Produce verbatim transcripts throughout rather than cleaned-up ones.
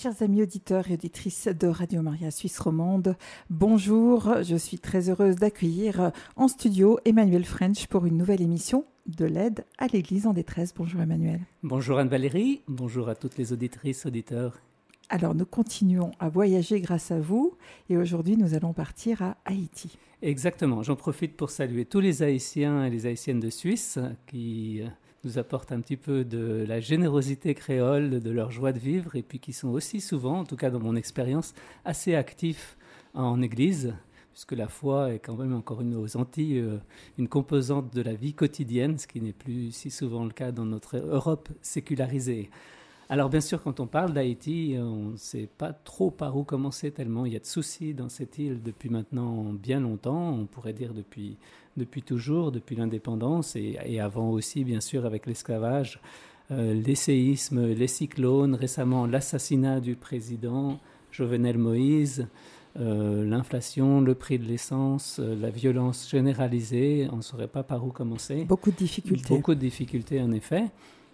Chers amis auditeurs et auditrices de Radio Maria Suisse Romande, bonjour, je suis très heureuse d'accueillir en studio Emmanuel French pour une nouvelle émission de l'aide à l'Église en détresse. Bonjour Emmanuel. Bonjour Anne-Valérie, bonjour à toutes les auditrices, auditeurs. Alors nous continuons à voyager grâce à vous et aujourd'hui nous allons partir à Haïti. Exactement, j'en profite pour saluer tous les Haïtiens et les Haïtiennes de Suisse qui nous apportent un petit peu de la générosité créole, de leur joie de vivre, et puis qui sont aussi souvent, en tout cas dans mon expérience, assez actifs en Église, puisque la foi est quand même encore une, aux Antilles euh, une composante de la vie quotidienne, ce qui n'est plus si souvent le cas dans notre Europe sécularisée. Alors bien sûr, quand on parle d'Haïti, on ne sait pas trop par où commencer, tellement il y a de soucis dans cette île depuis maintenant bien longtemps, on pourrait dire depuis, depuis toujours, depuis l'indépendance, et, et avant aussi bien sûr avec l'esclavage, euh, les séismes, les cyclones, récemment l'assassinat du président Jovenel Moïse, euh, l'inflation, le prix de l'essence, euh, la violence généralisée, on ne saurait pas par où commencer. Beaucoup de difficultés. Beaucoup de difficultés en effet.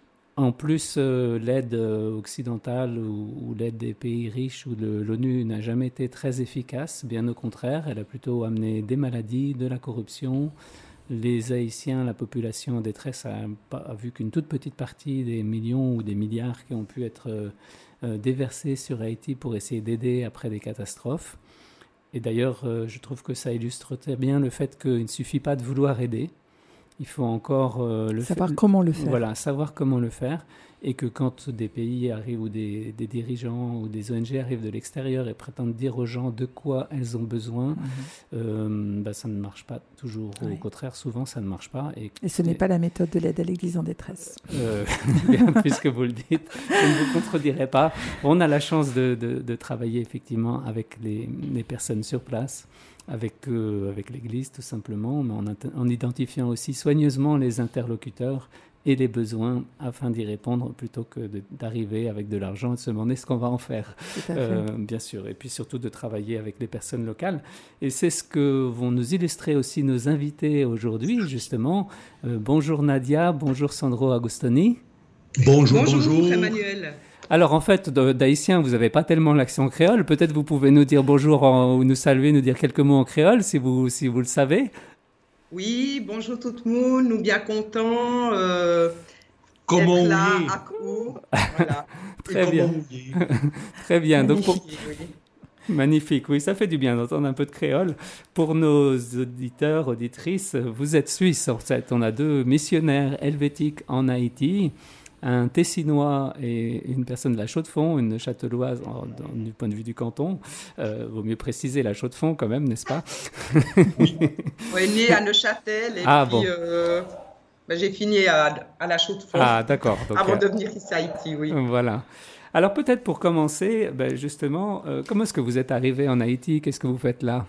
En plus, euh, l'aide occidentale ou, ou l'aide des pays riches ou de l'ONU n'a jamais été très efficace. Bien au contraire, elle a plutôt amené des maladies, de la corruption. Les Haïtiens, la population en détresse a, a vu qu'une toute petite partie des millions ou des milliards qui ont pu être euh, euh, déversés sur Haïti pour essayer d'aider après des catastrophes. Et d'ailleurs, euh, je trouve que ça illustre très bien le fait qu'il ne suffit pas de vouloir aider. Il faut encore euh, le savoir fa- comment le faire. Voilà, savoir comment le faire. Et que quand des pays arrivent ou des, des dirigeants ou des O N G arrivent de l'extérieur et prétendent dire aux gens de quoi elles ont besoin, mm-hmm. euh, bah, ça ne marche pas toujours. Oui. Au contraire, souvent, ça ne marche pas. Et, et ce n'est et, pas la méthode de l'aide à l'Église en détresse. Euh, bien, puisque vous le dites, je ne vous contredirai pas. On a la chance de, de, de travailler effectivement avec les, les personnes sur place. Avec, euh, avec l'Église tout simplement, mais en, en identifiant aussi soigneusement les interlocuteurs et les besoins afin d'y répondre plutôt que de, d'arriver avec de l'argent et de se demander ce qu'on va en faire, euh, bien sûr. Et puis surtout de travailler avec les personnes locales. Et c'est ce que vont nous illustrer aussi nos invités aujourd'hui, justement. Euh, bonjour Nadia, bonjour Sandro Agostoni. Bonjour, bonjour, bonjour. Emmanuel. Alors en fait, d'haïtien, vous n'avez pas tellement l'accent créole. Peut-être vous pouvez nous dire bonjour en, ou nous saluer, nous dire quelques mots en créole, si vous, si vous le savez. Oui, bonjour tout le monde, nous bien contents euh, comment d'être là est. à Cou. Voilà. Très bien. Très bien. Magnifique. Donc, pour... oui. Magnifique, oui, ça fait du bien d'entendre un peu de créole. Pour nos auditeurs, auditrices, vous êtes suisse en fait. On a deux missionnaires helvétiques en Haïti. Un Tessinois et une personne de la Chaux-de-Fonds, une Châteloise en, en, du point de vue du canton. Euh, vaut mieux préciser la Chaux-de-Fonds quand même, n'est-ce pas? Oui, ouais, né à Neuchâtel et ah, puis bon. euh, ben, j'ai fini à, à la Chaux-de-Fonds. Ah, d'accord. Donc, avant euh, de venir ici à Haïti, oui. Voilà. Alors peut-être pour commencer, ben, justement, euh, comment est-ce que vous êtes arrivé en Haïti? Qu'est-ce que vous faites là?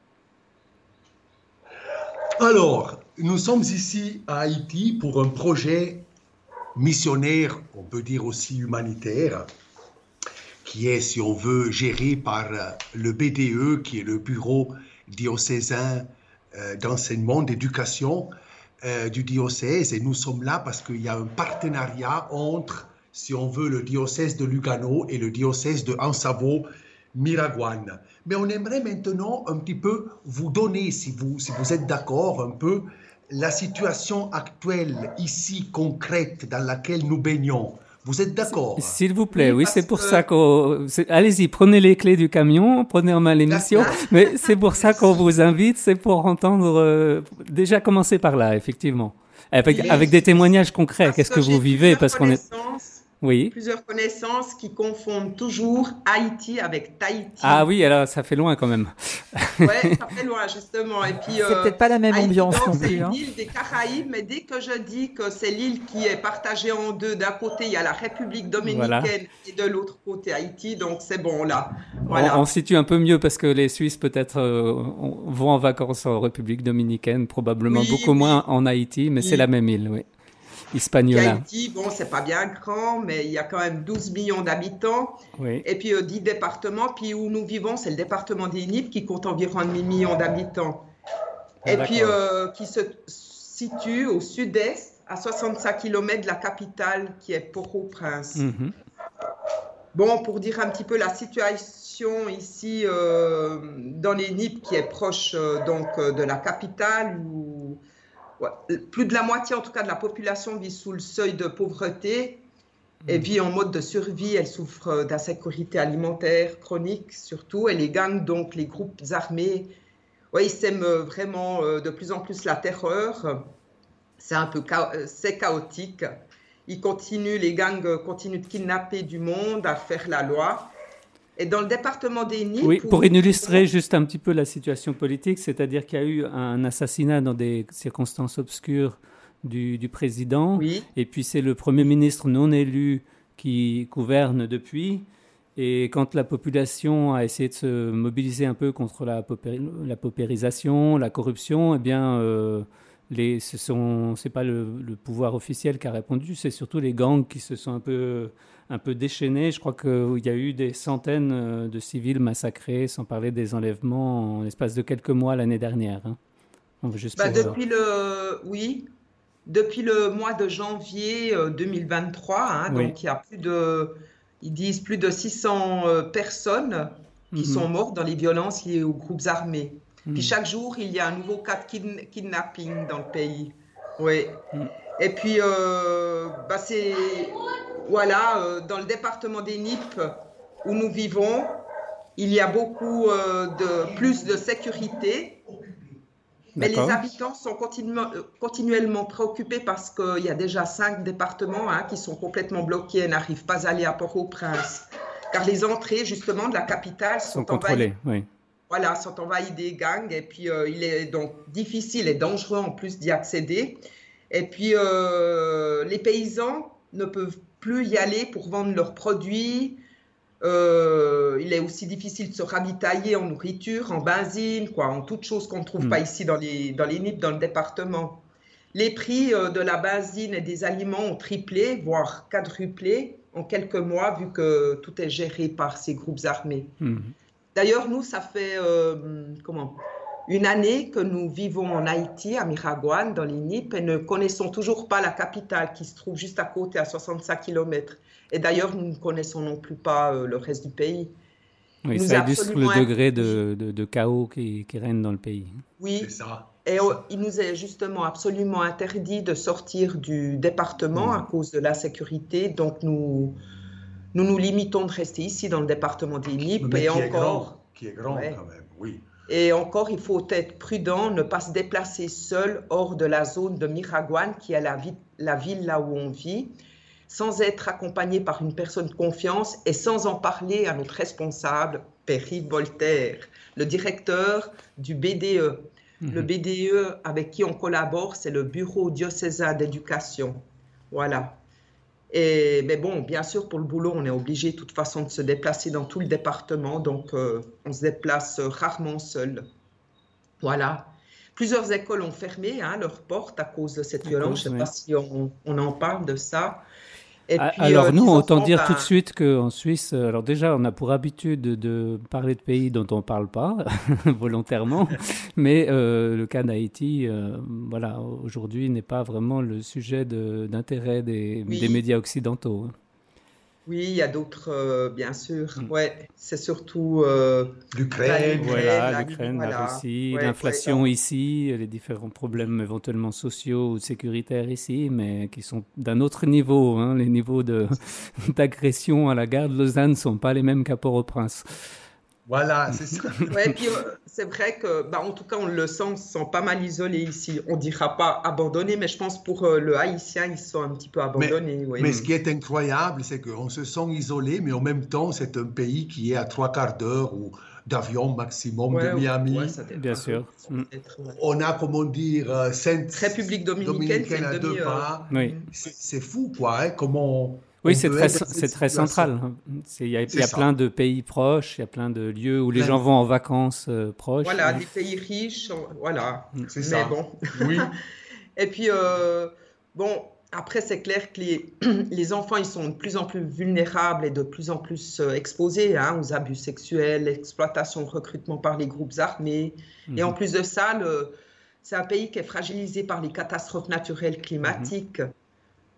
Alors, nous sommes ici à Haïti pour un projet missionnaire, on peut dire aussi humanitaire, qui est, si on veut, géré par le B D E, qui est le Bureau diocésain euh, d'enseignement, d'éducation euh, du diocèse. Et nous sommes là parce qu'il y a un partenariat entre, si on veut, le diocèse de Lugano et le diocèse de Ansavo-Miraguane. Mais on aimerait maintenant un petit peu vous donner, si vous, si vous êtes d'accord, un peu la situation actuelle, ici, concrète, dans laquelle nous baignons. Vous êtes d'accord? S'il vous plaît, oui, oui c'est pour que... ça qu'on... C'est... Allez-y, prenez les clés du camion, prenez en main l'émission. Mais c'est pour ça qu'on vous invite, c'est pour entendre... Euh, déjà commencer par là, effectivement. Avec, oui, avec des témoignages concrets, qu'est-ce que, que vous vivez? Parce qu'on est... Oui. Plusieurs connaissances qui confondent toujours Haïti avec Tahiti. Ah oui, alors ça fait loin quand même. Oui, ça fait loin justement. Et puis, c'est euh, peut-être pas la même Haïti, ambiance donc, non plus. C'est hein. l'île des Caraïbes, mais dès que je dis que c'est l'île qui est partagée en deux, d'un côté il y a la République dominicaine voilà. et de l'autre côté Haïti, donc c'est bon là. Voilà. On, on situe un peu mieux parce que les Suisses peut-être euh, vont en vacances en République dominicaine, probablement oui, beaucoup oui. moins en Haïti, mais oui. c'est la même île, oui. Hispaniola. Haïti, bon, c'est pas bien grand, mais il y a quand même douze millions d'habitants. Oui. Et puis euh, dix départements. Puis où nous vivons, c'est le département des Nippes qui compte environ un demi-million d'habitants. Ah, et d'accord. puis euh, qui se situe au sud-est, à soixante-cinq kilomètres de la capitale, qui est Port-au-Prince. Mm-hmm. Bon, pour dire un petit peu la situation ici euh, dans les N I P, qui est proche euh, donc euh, de la capitale, où ouais, plus de la moitié en tout cas de la population vit sous le seuil de pauvreté et vit en mode de survie. Elle souffre d'insécurité alimentaire chronique surtout, et les gangs, donc les groupes armés, ouais, ils sèment vraiment euh, de plus en plus la terreur. C'est un peu cha- c'est chaotique. Ils continuent, les gangs continuent de kidnapper du monde, à faire la loi. Et dans le département des N I P... Oui, pour où... illustrer juste un petit peu la situation politique, c'est-à-dire qu'il y a eu un assassinat dans des circonstances obscures du, du président, oui. Et puis c'est le Premier ministre non élu qui gouverne depuis. Et quand la population a essayé de se mobiliser un peu contre la, paupéri- la paupérisation, la corruption, eh bien... Euh, Les, ce sont, c'est pas le, le pouvoir officiel qui a répondu, c'est surtout les gangs qui se sont un peu, un peu déchaînés. Je crois qu'il y a eu des centaines de civils massacrés, sans parler des enlèvements en l'espace de quelques mois l'année dernière. Hein. Juste bah, pour... depuis le, oui, depuis le mois de janvier deux mille vingt-trois, hein, Oui. donc il y a plus de, ils disent plus de six cents personnes qui Mm-hmm. sont mortes dans les violences liées aux groupes armés. Mm. Puis chaque jour, il y a un nouveau cas de kid- kidnapping dans le pays. Oui. Mm. Et puis, euh, bah c'est, voilà, euh, dans le département des N I P où nous vivons, il y a beaucoup euh, de plus de sécurité. Mais D'accord. les habitants sont continuellement, continuellement préoccupés parce qu'il y a déjà cinq départements hein, qui sont complètement bloqués et n'arrivent pas à aller à Port-au-Prince. Car les entrées, justement, de la capitale sont, sont contrôlées. Oui. Voilà, sont envahis des gangs, et puis euh, il est donc difficile et dangereux en plus d'y accéder. Et puis euh, les paysans ne peuvent plus y aller pour vendre leurs produits. Euh, il est aussi difficile de se ravitailler en nourriture, en benzine, quoi, en toutes choses qu'on ne trouve mmh. pas ici dans les, dans les N I P, dans le département. Les prix euh, de la benzine et des aliments ont triplé, voire quadruplé en quelques mois, vu que tout est géré par ces groupes armés. Mmh. D'ailleurs, nous, ça fait euh, comment, une année que nous vivons en Haïti, à Miragoâne, dans les N I P, et ne connaissons toujours pas la capitale qui se trouve juste à côté, à soixante-cinq kilomètres. Et d'ailleurs, nous ne connaissons non plus pas euh, le reste du pays. Oui, nous ça illustre le degré de, de, de chaos qui, qui règne dans le pays. Oui, c'est ça. Et oh, il nous est justement absolument interdit de sortir du département mmh. à cause de l'insécurité. Donc, nous... Nous nous limitons de rester ici dans le département des N I P. Mais et qui, encore, est grand, qui est grand ouais. quand même, oui. Et encore, il faut être prudent, ne pas se déplacer seul hors de la zone de Miragoâne, qui est la, vie, la ville là où on vit, sans être accompagné par une personne de confiance et sans en parler à notre responsable, Père Yves Voltaire, le directeur du B D E. Mmh. Le B D E avec qui on collabore, c'est le Bureau diocésain d'éducation. Voilà. Et, mais bon, bien sûr, pour le boulot, on est obligé de toute façon de se déplacer dans tout le département, donc euh, on se déplace rarement seul. Voilà. Plusieurs écoles ont fermé hein, leurs portes à cause de cette violence. Je ne sais pas si on, on en parle de ça. Et puis, alors euh, nous, autant enfants, dire bah... tout de suite qu'en Suisse, alors déjà, on a pour habitude de, de parler de pays dont on ne parle pas, volontairement, mais euh, le cas d'Haïti, euh, voilà, aujourd'hui, n'est pas vraiment le sujet de, d'intérêt des, oui. des médias occidentaux. Oui, il y a d'autres, euh, bien sûr. Mm. Ouais, c'est surtout euh, l'Ukraine, voilà, la, l'Ukraine, voilà. la Russie, ouais, l'inflation ouais, ici, les différents problèmes éventuellement sociaux ou sécuritaires ici, mais qui sont d'un autre niveau. Hein. Les niveaux de, d'agression à la gare de Lausanne ne sont pas les mêmes qu'à Port-au-Prince. Voilà, c'est ça. Ouais, puis euh, c'est vrai que, bah, en tout cas, on le sent, on se sent pas mal isolé ici. On dira pas abandonné, mais je pense pour euh, le Haïtien, ils sont un petit peu abandonnés. Mais, oui. mais ce qui est incroyable, c'est qu'on se sent isolé, mais en même temps, c'est un pays qui est à trois quarts d'heure ou d'avion maximum ouais, de Miami. Ouais, bien sûr. Ouais. On a, comment dire, euh, Sainte République dominicaine, dominicaine à deux pas. Oui. C'est, c'est fou, quoi. Hein, comment Oui, c'est très, c'est très central. Il y a, y a plein de pays proches, il y a plein de lieux où les plein gens vont en vacances euh, proches. Voilà, oui. des pays riches, voilà. C'est Mais ça. bon. Oui. Et puis, euh, bon, après, c'est clair que les, les enfants, ils sont de plus en plus vulnérables et de plus en plus euh, exposés hein, aux abus sexuels, exploitation, recrutement par les groupes armés. Mm-hmm. Et en plus de ça, le, c'est un pays qui est fragilisé par les catastrophes naturelles climatiques. Mm-hmm.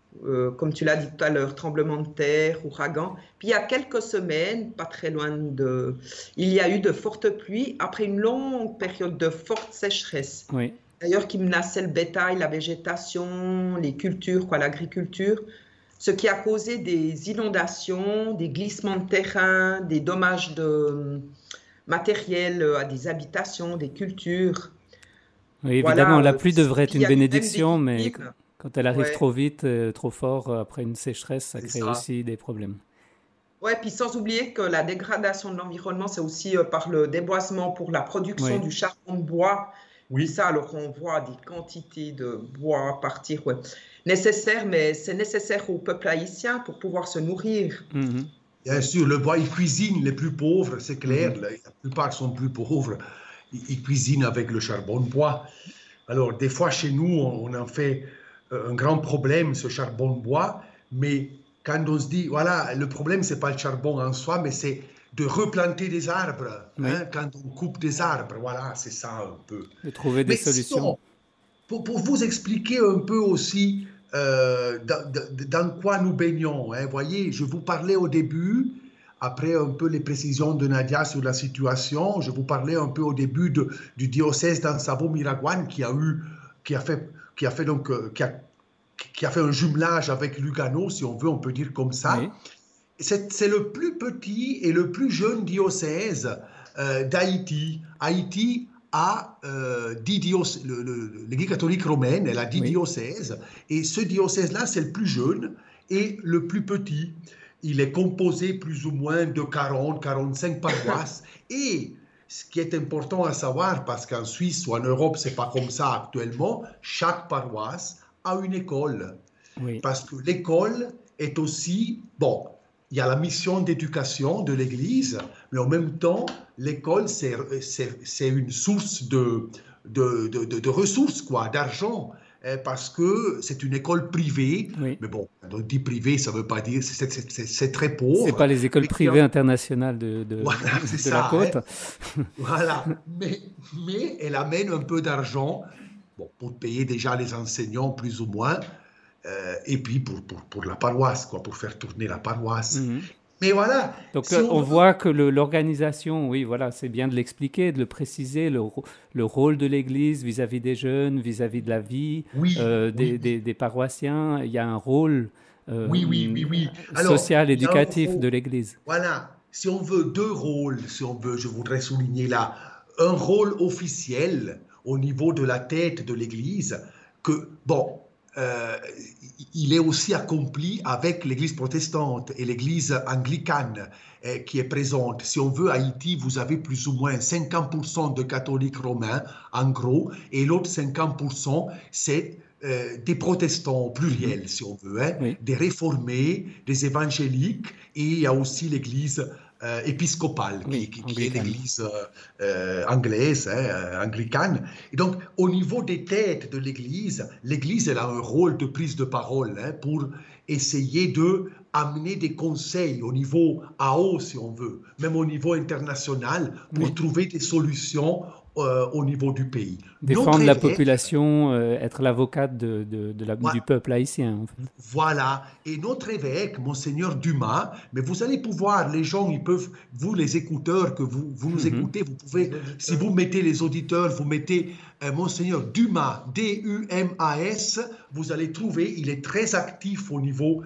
euh, comme tu l'as dit tout à l'heure, tremblement de terre, ouragan. Puis il y a quelques semaines, pas très loin de... Il y a eu de fortes pluies après une longue période de forte sécheresse. Oui. D'ailleurs, qui menaçait le bétail, la végétation, les cultures, quoi, l'agriculture, ce qui a causé des inondations, des glissements de terrain, des dommages de matériel à des habitations, des cultures. Oui, évidemment, voilà, la pluie devrait être une bénédiction, mais victimes. Quand elle arrive ouais. trop vite, euh, trop fort, euh, après une sécheresse, ça C'est crée ça. aussi des problèmes. Oui, puis sans oublier que la dégradation de l'environnement, c'est aussi euh, par le déboisement pour la production Oui. du charbon de bois. Oui. Ça, alors on voit des quantités de bois partir. Ouais. Nécessaire, mais c'est nécessaire au peuple haïtien pour pouvoir se nourrir. Mhm. Bien sûr, le bois, ils cuisinent les plus pauvres, c'est clair. Mhm. La plupart sont plus pauvres. Ils, ils cuisinent avec le charbon de bois. Alors, des fois, chez nous, on, on en fait euh, un grand problème, ce charbon de bois. Mais quand on se dit, voilà, le problème, c'est pas le charbon en soi, mais c'est de replanter des arbres. Oui. Hein, quand on coupe des arbres, voilà, c'est ça un peu. De trouver des Mais solutions. sinon, pour, pour vous expliquer un peu aussi euh, dans, dans quoi nous baignons, hein, voyez, je vous parlais au début, après un peu les précisions de Nadia sur la situation, je vous parlais un peu au début de, du diocèse d'Ansabo-Miraguane qui a eu, qui a fait, qui a fait donc, euh, qui a, qui a fait un jumelage avec Lugano, si on veut, on peut dire comme ça. Oui. C'est, c'est le plus petit et le plus jeune diocèse euh, d'Haïti. Haïti a euh, dix diocèses, le, le, l'Église catholique romaine, elle a dix Oui. diocèses, et ce diocèse-là, c'est le plus jeune et le plus petit. Il est composé plus ou moins de quarante, quarante-cinq paroisses, et ce qui est important à savoir, parce qu'en Suisse ou en Europe, c'est pas comme ça actuellement, chaque paroisse a une école. Oui. Parce que l'école est aussi, bon, il y a la mission d'éducation de l'Église, mais en même temps, l'école, c'est, c'est, c'est une source de, de, de, de, de ressources, quoi, d'argent, hein, parce que c'est une école privée. Oui. Mais bon, quand on dit privé, ça ne veut pas dire, c'est, c'est, c'est, c'est très pauvre. C'est pas les écoles mais privées qui- internationales de, de, Voilà, c'est de ça, la côte. hein. Voilà, mais, mais elle amène un peu d'argent, bon, pour payer déjà les enseignants, plus ou moins, euh, et puis pour, pour, pour la paroisse, quoi, pour faire tourner la paroisse. Mhm. Mais voilà. Donc si euh, on veut- voit que le- l'organisation, oui, voilà, c'est bien de l'expliquer, de le préciser, le, ro- le rôle de l'Église vis-à-vis des jeunes, vis-à-vis de la vie, Oui, euh, des, oui. des- des paroissiens. Il y a un rôle euh, Oui, oui, oui, oui. Alors, social, il y a un éducatif rôle. de l'Église. Voilà, si on veut deux rôles, si on veut, je voudrais souligner là, un rôle officiel au niveau de la tête de l'Église, que, bon, euh, il est aussi accompli avec l'Église protestante et l'Église anglicane euh, qui est présente. Si on veut, à Haïti, vous avez plus ou moins cinquante pour cent de catholiques romains, en gros, et l'autre cinquante pour cent, c'est euh, des protestants au pluriel, si on veut, hein, Oui. des réformés, des évangéliques, et il y a aussi l'Église euh, épiscopale, Oui, qui, qui- qui est anglicane. l'Église euh, euh, anglaise, hein, euh, anglicane. Et donc, au niveau des têtes de l'Église, l'Église elle a un rôle de prise de parole hein, pour essayer de amener des conseils au niveau A O, si on veut, même au niveau international, pour Oui. trouver des solutions euh, au niveau du pays. Défendre Notre la évêque- population, euh, être l'avocate de, de- de la- Ouais. du peuple haïtien. En fait. Voilà, et notre évêque, Monseigneur Dumas, mais vous allez pouvoir, les gens, ils peuvent, vous les écouteurs, que vous, vous nous Mhm. écoutez, vous pouvez, si vous mettez les auditeurs, vous mettez euh, Monseigneur Dumas, D U M A S, vous allez trouver, il est très actif au niveau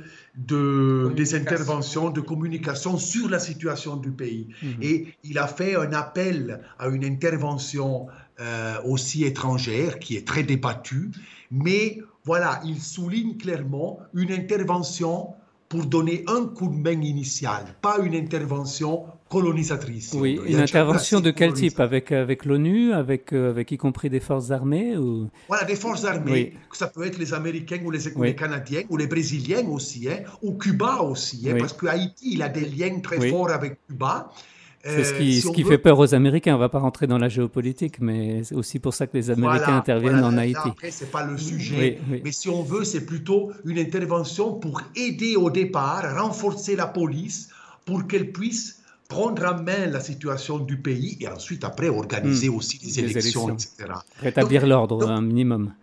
de, des Communication. interventions de communication sur la situation du pays. Mhm. Et il a fait un appel à une intervention euh, aussi étrangère qui est très débattue, mais voilà, il souligne clairement une intervention pour donner un coup de main initial, pas une intervention colonisatrice. si Oui, on veut. Il y une a déjà intervention assez de quel colonisatrice. type? Avec, avec l'ONU, avec, euh, avec y compris des forces armées ou... Voilà, des forces armées, Oui. que ça peut être les Américains ou les, ou Oui. les Canadiens ou les Brésiliens aussi, hein, ou Cuba aussi, hein, Oui. parce que Haïti, il a des liens très Oui. forts avec Cuba. C'est ce Euh, qui, si ce on qui veut- fait peur aux Américains. On ne va pas rentrer dans la géopolitique, mais c'est aussi pour ça que les Américains Voilà, interviennent voilà, en là, Haïti. Après, c'est pas le sujet. Oui, oui. Mais si on veut, c'est plutôt une intervention pour aider au départ, renforcer la police, pour qu'elle puisse prendre en main la situation du pays et ensuite, après, organiser Mm. aussi des Des élections, élections. et cetera. Rétablir Donc- l'ordre, donc- un minimum.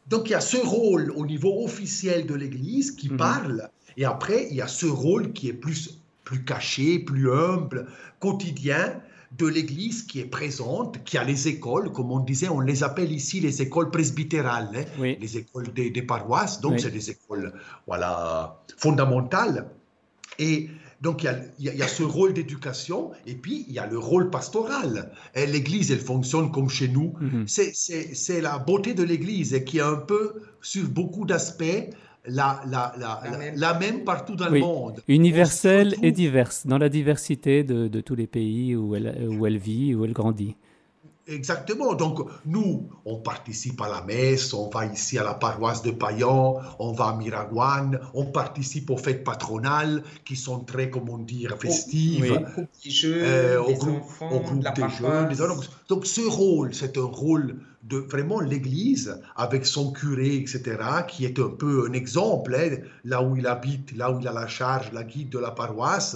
donc, il y a ce rôle au niveau officiel de l'Église qui mmh. parle, et après, il y a ce rôle qui est plus, plus caché, plus humble, quotidien, de l'Église qui est présente, qui a les écoles, comme on disait, on les appelle ici les écoles presbytérales, hein, oui. les écoles des, des paroisses, donc oui. c'est des écoles voilà, fondamentales. Et donc il y a, il y a ce rôle d'éducation, et puis il y a le rôle pastoral. Et l'Église, elle fonctionne comme chez nous. Mm-hmm. c'est, c'est, c'est la beauté de l'Église qui est un peu, sur beaucoup d'aspects, La, la, la, la, même. la même partout dans oui. le monde. Universelle retrouve... et diverse, dans la diversité de, de tous les pays où elle, où elle vit, où elle grandit. Exactement. Donc, nous, on participe à la messe, on va ici à la paroisse de Payan, on va à Miraguane, on participe aux fêtes patronales qui sont très, comment dire, festives. Au, oui. au groupe des jeunes, euh, au des groupe, enfants, au groupe de la des paroisse. jeunes. Donc, donc, ce rôle, c'est un rôle de vraiment l'Église, avec son curé, et cetera, qui est un peu un exemple, hein, là où il habite, là où il a la charge, la guide de la paroisse,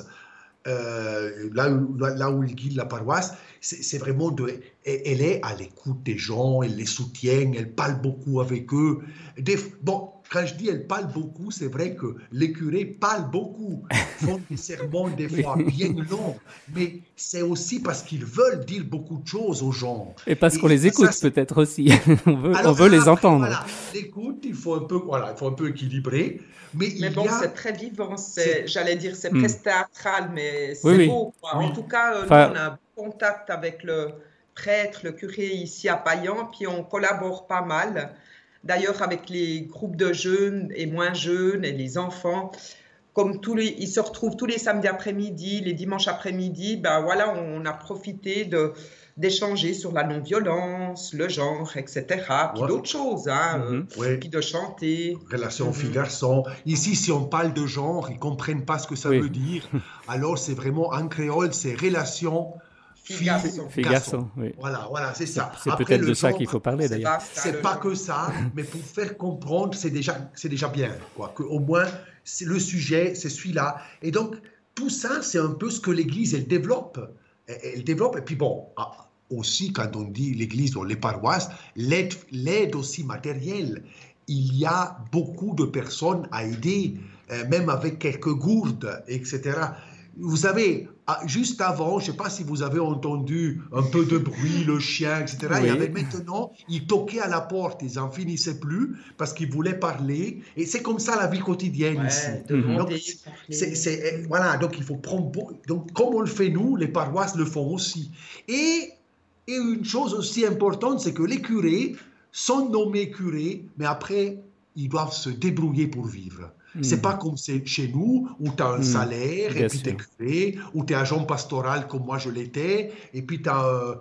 euh, là, où, là où il guide la paroisse, c'est, c'est vraiment de... Elle est à l'écoute des gens, elle les soutient, elle parle beaucoup avec eux. Des, bon, quand je dis elle parle beaucoup, c'est vrai que les curés parlent beaucoup, font des sermons des fois bien longs, mais c'est aussi parce qu'ils veulent dire beaucoup de choses aux gens. Et parce Et qu'on les écoute ça, peut-être aussi, on veut, Alors, on veut après, les entendre. Voilà, l'écoute, il faut un peu, voilà, il faut un peu équilibrer. Mais, mais il bon, y a... c'est très vivant, c'est, j'allais dire c'est hmm. presque théâtral, mais c'est oui, beau. Quoi. Oui. En tout cas, euh, enfin... nous, on a un contact avec le prêtre, le curé ici à Payan, puis on collabore pas mal. D'ailleurs, avec les groupes de jeunes et moins jeunes et les enfants, comme tous les, ils se retrouvent tous les samedis après-midi, les dimanches après-midi, ben voilà, on a profité de, d'échanger sur la non-violence, le genre, et cetera. Puis ouais. d'autres choses, hein, mm-hmm. euh, ouais. puis de chanter. Relation mm-hmm. fille-garçon. Ici, si on parle de genre, ils ne comprennent pas ce que ça oui. veut dire. Alors, c'est vraiment, en créole, c'est relation fille-garçon. Fille-garçon, oui. Voilà, voilà, c'est ça. C'est Après, peut-être de genre, ça qu'il faut parler, d'ailleurs. C'est, c'est pas que ça, mais pour faire comprendre, c'est déjà, c'est déjà bien, quoi. Que au moins, c'est le sujet, c'est celui-là. Et donc, tout ça, c'est un peu ce que l'Église, elle développe. Elle, elle développe, et puis bon... Ah, aussi, quand on dit l'Église ou les paroisses, l'aide, l'aide aussi matérielle. Il y a beaucoup de personnes à aider, euh, même avec quelques gourdes, et cetera. Vous savez, juste avant, je ne sais pas si vous avez entendu un peu de bruit, le chien, et cetera. Oui. Il y avait maintenant, ils toquaient à la porte, ils n'en finissaient plus parce qu'ils voulaient parler. Et c'est comme ça la vie quotidienne ouais, ici. Donc, c'est, c'est, voilà, donc il faut prendre... Donc, comme on le fait nous, les paroisses le font aussi. Et... Et une chose aussi importante, c'est que les curés sont nommés curés, mais après, ils doivent se débrouiller pour vivre. Mmh. C'est pas comme c'est chez nous, où tu as un mmh. salaire, Bien et puis tu es curé, où tu es agent pastoral comme moi je l'étais, et puis tu as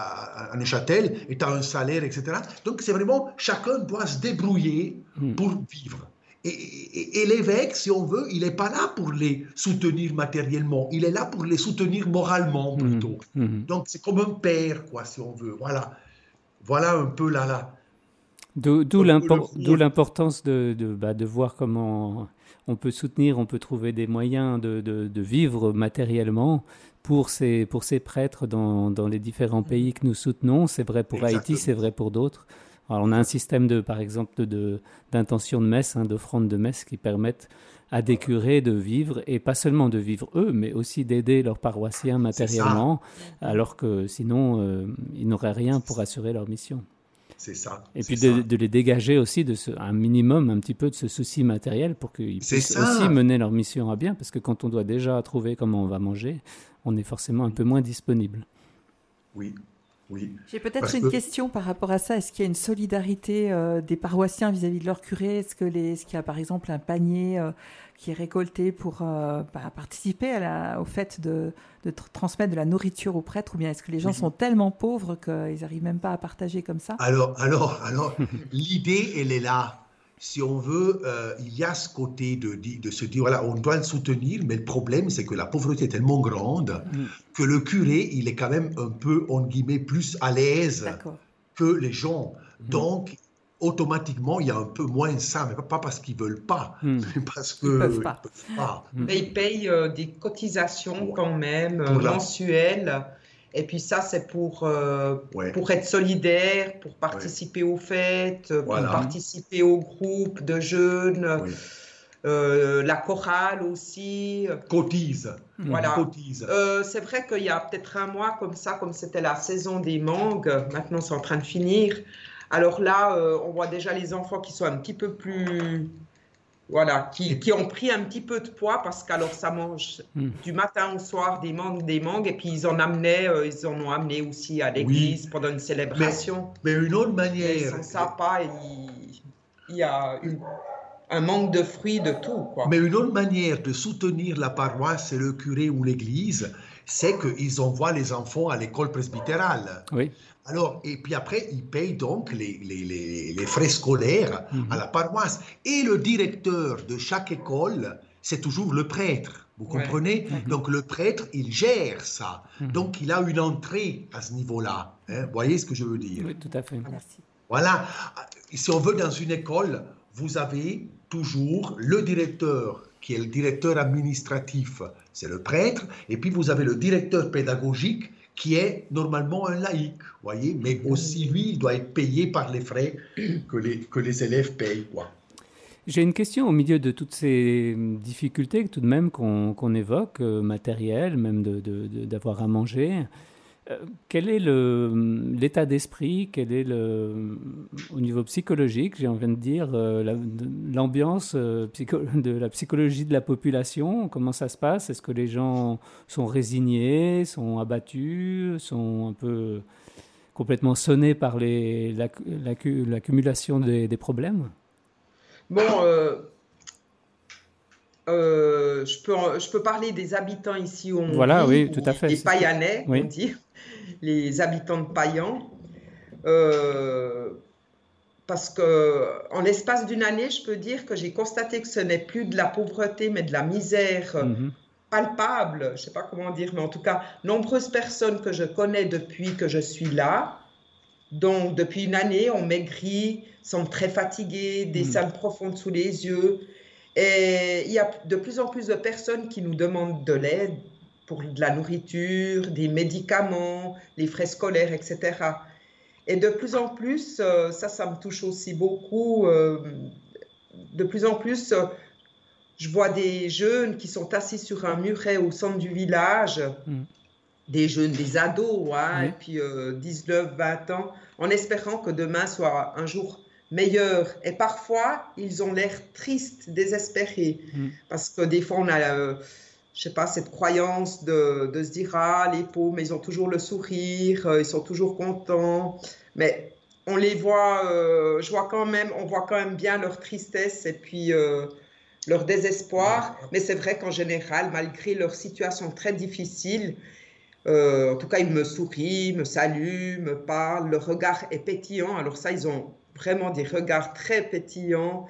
un Neuchâtel, et tu as un salaire, et cetera. Donc c'est vraiment, chacun doit se débrouiller mmh. pour vivre. Et, et, et l'évêque, si on veut, il n'est pas là pour les soutenir matériellement, il est là pour les soutenir moralement plutôt. Mmh, mmh. Donc c'est comme un père, quoi, si on veut. Voilà, voilà un peu là, là. D'où, d'où, l'impor- d'où l'importance de, de, bah, de voir comment on peut soutenir, on peut trouver des moyens de, de, de vivre matériellement pour ces, pour ces prêtres dans, dans les différents pays que nous soutenons. C'est vrai pour Exactement. Haïti, c'est vrai pour d'autres. Alors, on a un système, de, par exemple, de, de, d'intention de messe, hein, d'offrande de messe qui permettent à des curés de vivre, et pas seulement de vivre eux, mais aussi d'aider leurs paroissiens matériellement, alors que sinon, euh, ils n'auraient rien pour assurer leur mission. C'est ça. Et puis c'est de, ça. de les dégager aussi de ce, un minimum, un petit peu de ce souci matériel pour qu'ils c'est puissent ça. aussi mener leur mission à bien, parce que quand on doit déjà trouver comment on va manger, on est forcément un peu moins disponible. Oui. Oui, J'ai peut-être Parce une que... question par rapport à ça. Est-ce qu'il y a une solidarité euh, des paroissiens vis-à-vis de leur curé ? Est-ce, que les, est-ce qu'il y a par exemple un panier euh, qui est récolté pour euh, bah, participer à la, au fait de, de tr- transmettre de la nourriture aux prêtres ? Ou bien est-ce que les gens oui. sont tellement pauvres qu'ils n'arrivent même pas à partager comme ça ? Alors, alors, alors l'idée, elle est là. Si on veut, euh, il y a ce côté de, de se dire, voilà, on doit le soutenir, mais le problème, c'est que la pauvreté est tellement grande mmh. que le curé, il est quand même un peu, en guillemets, plus à l'aise D'accord. que les gens. Mmh. Donc, automatiquement, il y a un peu moins ça, mais pas parce qu'ils ne veulent pas, mmh. mais parce qu'ils ne peuvent pas. Peuvent pas. Mais ils payent euh, des cotisations quand même, euh, mensuelles. Et puis ça, c'est pour, euh, Ouais. pour être solidaire, pour participer aux fêtes, Voilà. pour participer aux groupes de jeunes, Oui. euh, la chorale aussi. Cotise. Voilà. Cotise. Euh, c'est vrai qu'il y a peut-être un mois comme ça, comme c'était la saison des mangues, maintenant c'est en train de finir. Alors là, euh, on voit déjà les enfants qui sont un petit peu plus... Voilà, qui, qui ont pris un petit peu de poids parce qu'alors ça mange Mm. du matin au soir des mangues, des mangues, et puis ils en amenaient, euh, ils en ont amené aussi à l'église Oui. pendant une célébration. Mais une autre Mais manière. sans ça, pas, il, il y a une, un manque de fruits, de tout, quoi. Mais une autre manière de soutenir la paroisse et le curé ou l'église, c'est qu'ils envoient les enfants à l'école presbytérale. Oui. Alors, et puis après, ils payent donc les, les, les, les frais scolaires Mhm. à la paroisse. Et le directeur de chaque école, c'est toujours le prêtre. Vous Ouais. comprenez? Mhm. Donc le prêtre, il gère ça. Mhm. Donc il a une entrée à ce niveau-là. Hein. Vous voyez ce que je veux dire? Oui, tout à fait. Merci. Voilà. Si on veut, dans une école, vous avez toujours le directeur, qui est le directeur administratif, c'est le prêtre, et puis vous avez le directeur pédagogique, qui est normalement un laïc, voyez, mais aussi lui, il doit être payé par les frais que les, que les élèves payent, quoi. J'ai une question au milieu de toutes ces difficultés tout de même qu'on qu'on évoque, euh, matérielles, même de, de, de, d'avoir à manger. Euh, quel est le, l'état d'esprit, quel est le, au niveau psychologique, j'ai envie de dire, euh, la, de, l'ambiance euh, psycho, de la psychologie de la population? Comment ça se passe? Est-ce que les gens sont résignés, sont abattus, sont un peu complètement sonnés par les, la, la, l'accumulation des, des problèmes? Bon, euh, euh, je, peux, je peux parler des habitants ici où on Voilà, vit, oui, tout à fait. les Paillanais, oui. on dit, les habitants de Payan. Euh, parce qu'en l'espace d'une année, je peux dire que j'ai constaté que ce n'est plus de la pauvreté, mais de la misère Mm-hmm. palpable. Je ne sais pas comment dire, mais en tout cas, nombreuses personnes que je connais depuis que je suis là, donc depuis une année, ont maigri, sont très fatigués, des Mm. salles profondes sous les yeux. Et il y a de plus en plus de personnes qui nous demandent de l'aide pour de la nourriture, des médicaments, les frais scolaires, et cetera. Et de plus en plus, euh, ça, ça me touche aussi beaucoup, euh, de plus en plus, euh, je vois des jeunes qui sont assis sur un muret au centre du village, Mm. des jeunes, des ados, hein, Oui. et puis euh, dix-neuf, vingt ans, en espérant que demain soit un jour meilleur. Et parfois, ils ont l'air tristes, désespérés, Mm. parce que des fois, on a, euh, je sais pas, cette croyance de, de se dire, ah, les pauvres, mais ils ont toujours le sourire, euh, ils sont toujours contents. Mais on les voit, euh, je vois quand même, on voit quand même bien leur tristesse et puis euh, leur désespoir. Mais c'est vrai qu'en général, malgré leur situation très difficile, euh, en tout cas, ils me sourient, me saluent, me parlent. Leur regard est pétillant. Alors ça, ils ont vraiment des regards très pétillants.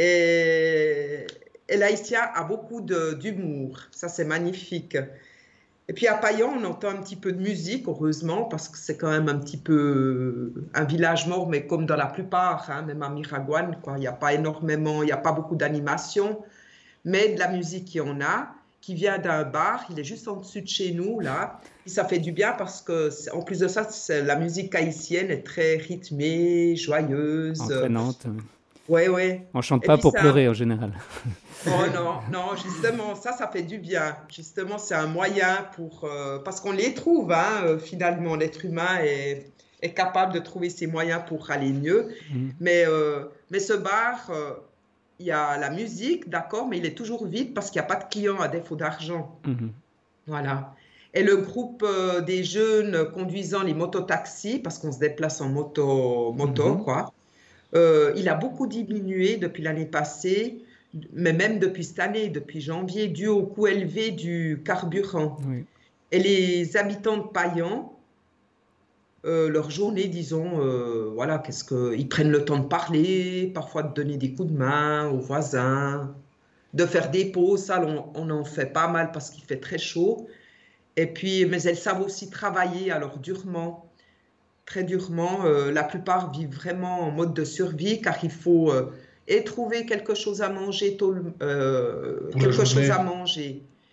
Et, et l'haïtien a beaucoup de, d'humour. Ça, c'est magnifique. Et puis à Payan, on entend un petit peu de musique, heureusement, parce que c'est quand même un petit peu un village mort, mais comme dans la plupart, hein, même à Miragoâne, quoi. Il n'y a pas énormément, il n'y a pas beaucoup d'animation, mais de la musique, il y en a, qui vient d'un bar, il est juste en dessus de chez nous, là. Et ça fait du bien parce que, en plus de ça, la musique haïtienne est très rythmée, joyeuse. Entraînante. Ouais, ouais. On ne chante Et pas puis pour ça... pleurer en général. Oh non, non, justement, ça, ça fait du bien. Justement, c'est un moyen pour... Euh, parce qu'on les trouve, hein, euh, finalement, l'être humain est, est capable de trouver ses moyens pour aller mieux. Mm. Mais, euh, mais ce bar, euh, il y a la musique, d'accord, mais il est toujours vide parce qu'il n'y a pas de clients à défaut d'argent. Mm-hmm. Voilà. Et le groupe euh, des jeunes conduisant les mototaxis, parce qu'on se déplace en moto, moto Mm-hmm. quoi, euh, il a beaucoup diminué depuis l'année passée, mais même depuis cette année, depuis janvier, dû au coût élevé du carburant. Oui. Et les habitants de Payan, euh, leur journée, disons, euh, voilà, qu'est-ce que, ils prennent le temps de parler, parfois de donner des coups de main aux voisins, de faire des pauses, ça, on, on en fait pas mal parce qu'il fait très chaud. Et puis, mais elles savent aussi travailler, alors durement, très durement. Euh, la plupart vivent vraiment en mode de survie, car il faut... Euh, et trouver quelque chose à manger, tôt, euh, quelque chose à manger,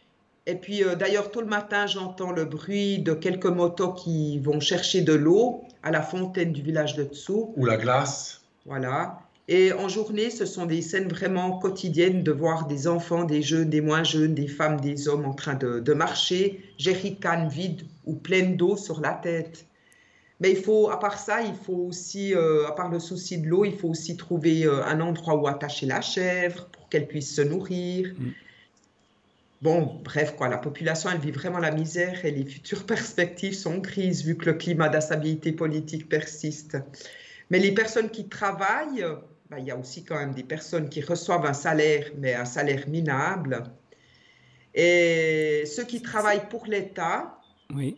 Et puis euh, d'ailleurs, tout le matin, j'entends le bruit de quelques motos qui vont chercher de l'eau à la fontaine du village de dessous. Ou la glace. Voilà. Et en journée, ce sont des scènes vraiment quotidiennes de voir des enfants, des jeunes, des moins jeunes, des femmes, des hommes en train de, de marcher, jerrycan vides ou pleines d'eau sur la tête. Mais il faut, à part ça, il faut aussi, euh, à part le souci de l'eau, il faut aussi trouver euh, un endroit où attacher la chèvre pour qu'elle puisse se nourrir. Mm. Bon, bref, quoi, la population, elle vit vraiment la misère et les futures perspectives sont grises vu que le climat d'instabilité politique persiste. Mais les personnes qui travaillent, ben, il y a aussi quand même des personnes qui reçoivent un salaire, mais un salaire minable. Et ceux qui travaillent pour l'État, oui.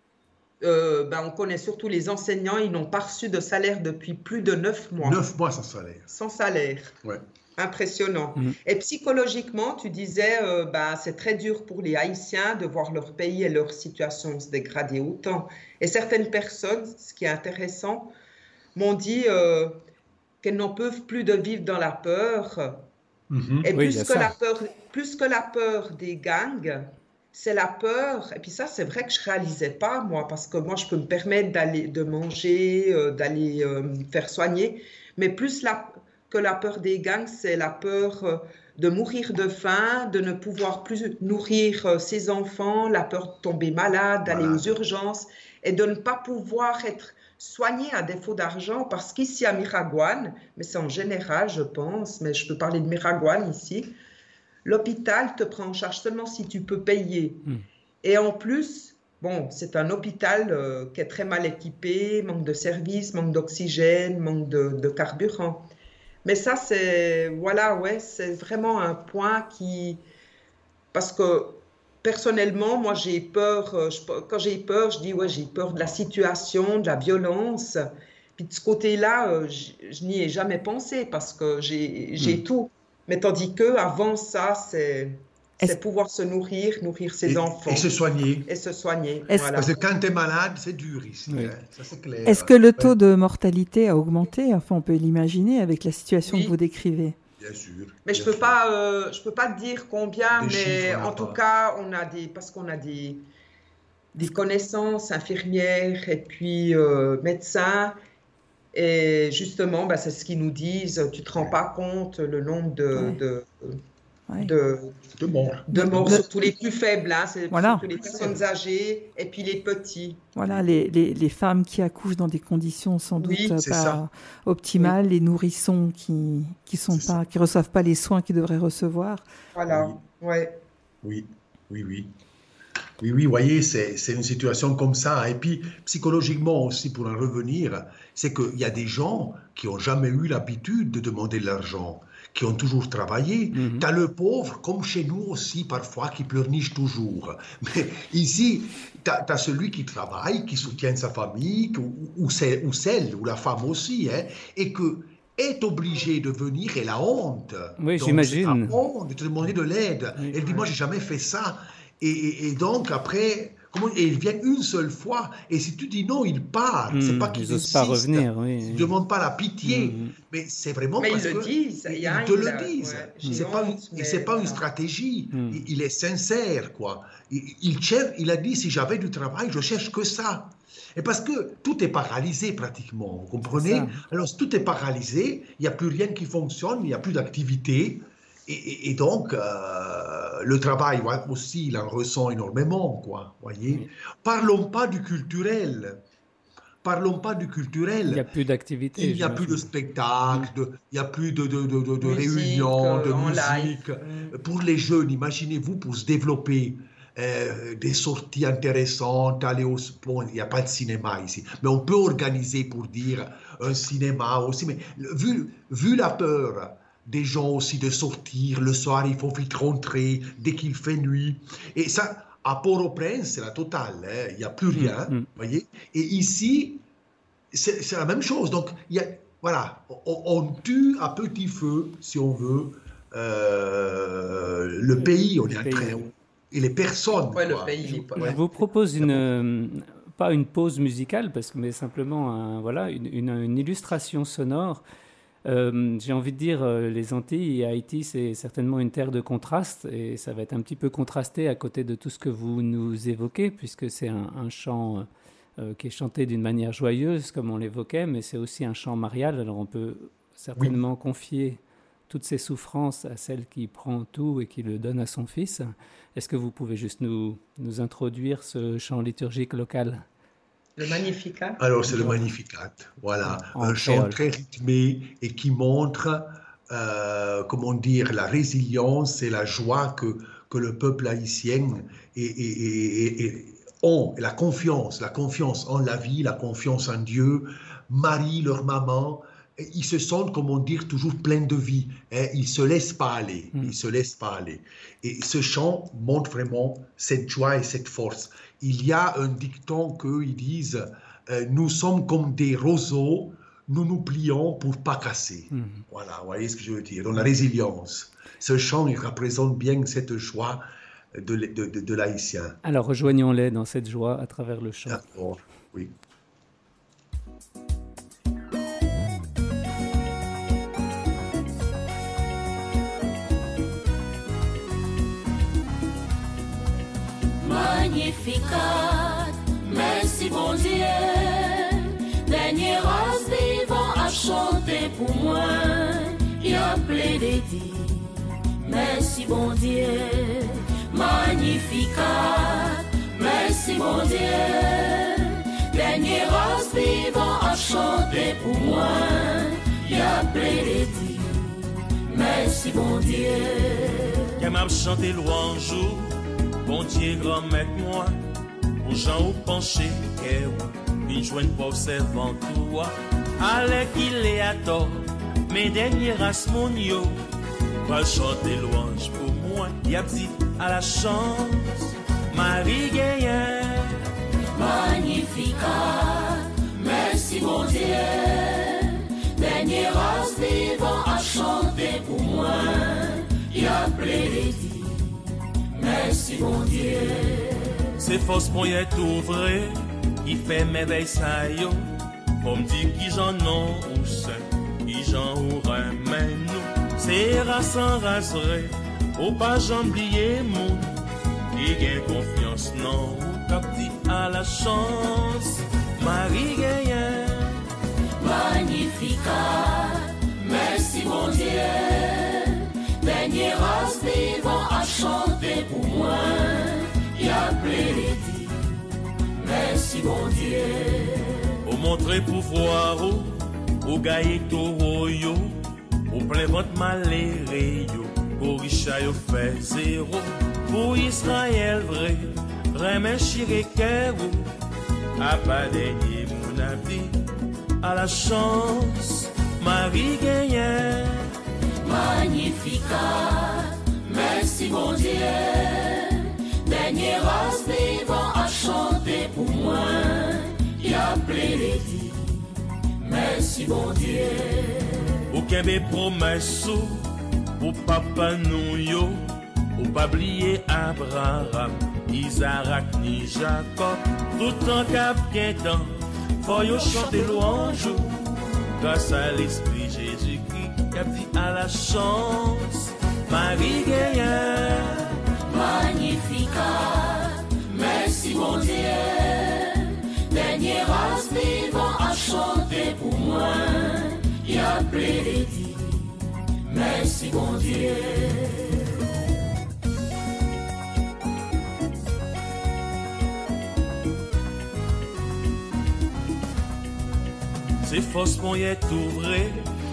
euh, ben, on connaît surtout les enseignants, ils n'ont pas reçu de salaire depuis plus de neuf mois. Neuf mois sans salaire. Sans salaire. Ouais. Impressionnant. Mmh. Et psychologiquement, tu disais, euh, ben, c'est très dur pour les Haïtiens de voir leur pays et leur situation se dégrader autant. Et certaines personnes, ce qui est intéressant, m'ont dit euh, qu'elles n'en peuvent plus de vivre dans la peur. Mmh. Et oui, plus, que la peur, plus que la peur des gangs, c'est la peur. Et puis ça, c'est vrai que je ne réalisais pas, moi, parce que moi, je peux me permettre d'aller, de manger, euh, d'aller euh, me faire soigner. Mais plus la, que la peur des gangs, c'est la peur euh, de mourir de faim, de ne pouvoir plus nourrir euh, ses enfants, la peur de tomber malade, d'aller voilà. aux urgences et de ne pas pouvoir être soigner à défaut d'argent, parce qu'ici à Miragoâne, mais c'est en général, je pense, mais je peux parler de Miragoâne ici, l'hôpital te prend en charge seulement si tu peux payer. Mm. Et en plus, bon, c'est un hôpital euh, qui est très mal équipé, manque de services, manque d'oxygène, manque de, de carburant. Mais ça, c'est, voilà, ouais, c'est vraiment un point qui, parce que personnellement, moi, j'ai peur, je, quand j'ai peur, je dis, ouais, j'ai peur de la situation, de la violence. Puis de ce côté-là, je, je n'y ai jamais pensé parce que j'ai, j'ai mmh. tout. Mais tandis qu'avant ça, c'est, c'est pouvoir se nourrir, nourrir ses et, enfants. Et se soigner. Et se soigner, voilà. Parce que quand tu es malade, c'est dur ici, oui. hein, ça c'est clair. Est-ce que le taux de mortalité a augmenté? Enfin, on peut l'imaginer avec la situation oui. que vous décrivez. Bien sûr. Mais je peux sûr. pas, euh, je peux pas te dire combien, des mais chiffres, en tout cas, on a des, parce qu'on a des, des connaissances infirmières et puis euh, médecins, et justement, bah, c'est ce qu'ils nous disent. Tu te rends pas compte le nombre de, ouais. de, ouais. de, de morts, de morts, le... surtout les plus faibles, hein, c'est voilà. surtout les personnes âgées et puis les petits. Voilà, les, les, les femmes qui accouchent dans des conditions sans doute oui, pas ça. optimales, oui. les nourrissons qui qui sont pas, qui reçoivent pas les soins qu'ils devraient recevoir. Voilà, oui. ouais. Oui, oui, oui. Oui, oui, vous voyez, c'est, c'est une situation comme ça. Et puis, psychologiquement aussi, pour en revenir, c'est qu'il y a des gens qui n'ont jamais eu l'habitude de demander de l'argent, qui ont toujours travaillé. Mm-hmm. Tu as le pauvre, comme chez nous aussi, parfois, qui pleurniche toujours. Mais ici, tu as celui qui travaille, qui soutient sa famille, ou, ou, celle, ou celle, ou la femme aussi, hein, et que est obligée de venir et la honte. Oui, donc, j'imagine. La honte de te demander de l'aide. Oui, Elle dit, ouais. moi, j'ai jamais fait ça. Et, et, et donc, après, comment, et ils viennent une seule fois. Et si tu dis non, ils partent. Mmh, c'est pas qu'ils n'osent pas revenir. Oui, ils ne oui. demandent pas la pitié. Mmh. Mais c'est vraiment mais parce ils que... le disent. Ils, ils te le a, disent. Ouais, c'est pas, honte, une, c'est pas voilà. une stratégie. Mmh. Il, il est sincère, quoi. Il, il, cherche, il a dit, si j'avais du travail, je cherche que ça. Et parce que tout est paralysé pratiquement, vous comprenez? Alors, si tout est paralysé, il n'y a plus rien qui fonctionne, il n'y a plus d'activité. Et, et, et donc, euh, le travail aussi, il en ressent énormément, quoi, voyez. Oui. Parlons pas du culturel. Parlons pas du culturel. Il n'y a plus d'activité. Il n'y a plus de spectacles, de, il n'y a plus de, de, de, de, de réunions, de musique. Live. Pour les jeunes, imaginez-vous, pour se développer, euh, des sorties intéressantes, aller au... Bon, il n'y a pas de cinéma ici, mais on peut organiser pour dire un cinéma aussi. Mais vu, vu la peur des gens aussi de sortir, le soir, il faut vite rentrer dès qu'il fait nuit. Et ça, à Port-au-Prince, c'est la totale, hein, il n'y a plus rien, vous mmh, mmh. voyez. Et ici, c'est, c'est la même chose. Donc, il y a, voilà, on, on tue à petit feu, si on veut, euh, le pays, on est en train, et les personnes. Ouais, le pays, je, ouais. je vous propose une, euh, pas une pause musicale, parce que, mais simplement un, voilà, une, une, une illustration sonore. Euh, j'ai envie de dire, euh, les Antilles et Haïti, c'est certainement une terre de contraste et ça va être un petit peu contrasté à côté de tout ce que vous nous évoquez, puisque c'est un, un chant euh, qui est chanté d'une manière joyeuse, comme on l'évoquait, mais c'est aussi un chant marial. Alors on peut certainement oui. confier toutes ces souffrances à celle qui prend tout et qui le donne à son fils. Est-ce que vous pouvez juste nous, nous introduire ce chant liturgique local ? Le Magnificat. Alors, c'est le Magnificat, voilà. En un chant créole. Très rythmé et qui montre, euh, comment dire, la résilience et la joie que, que le peuple haïtien et, et, et, et ont, et la confiance, la confiance en la vie, la confiance en Dieu, Marie, leur maman. Ils se sentent, comment dire, toujours pleins de vie. Hein? Ils ne se laissent pas aller. Ils se laissent pas aller. Et ce chant montre vraiment cette joie et cette force. Il y a un dicton qu'ils disent euh, « Nous sommes comme des roseaux, nous nous plions pour ne pas casser. Mm. » Voilà, vous voyez ce que je veux dire. Donc la résilience. Ce chant, il représente bien cette joie de, de, de, de l'haïtien. Alors rejoignons-les dans cette joie à travers le chant. D'accord, oui. Magnificat, merci bon Dieu, dernier race vivant à chanter pour moi, il a plaidé dit, merci bon Dieu, Magnificat, merci bon Dieu, dernier race vivant à chanter pour moi, il a plaidé dit, merci bon Dieu. Qu'elle m'a chanté louange. Bon Dieu, grand mec moi, aux gens au penché, une jointe pour observant toi. Allez qu'il est à tort, mes derniers races monio, va chanter louange pour moi. Y'a dit à la chance, Marie Gaïen. Magnificat, merci mon Dieu, dernier race vivant à chanter pour moi. Y'a plaidé dit. Merci mon Dieu. C'est force pour y être ouvré, il fait merveille ça yo. Comme dit qui j'en ont ou c'est, qui j'en aurait mais nous. C'est race en raserait, au pas j'oublier mon. Il gagne confiance non, ou cap dit à la chance. Marie Gaïen. Magnificat, merci mon Dieu. Dernier race vivant à chanter pour moi, il a plaidé dit, merci mon Dieu. Au montrer pouvoir, au gaïe taureau, au plein votre maléré, pour Richard fait zéro, pour Israël vrai, remet chirekerou, à pas dernier mon avis, à la chance, Marie Gaïen. Magnificat, merci mon Dieu, dernier race vivant à chanter pour moi, il a plaidé dit, merci mon Dieu. Aucun des promesses, au papa nous yo, au pas oublier Abraham, Isaac ni Jacob, tout en cap quintan, faut yo chanter louange, grâce à l'esprit Jésus-Christ. Dit à la chance, Marie Gaïen. Magnificat, merci mon Dieu, dernier race vivant à chanter pour moi, il a plaidé dit, merci mon Dieu. C'est force pour y être ouvré.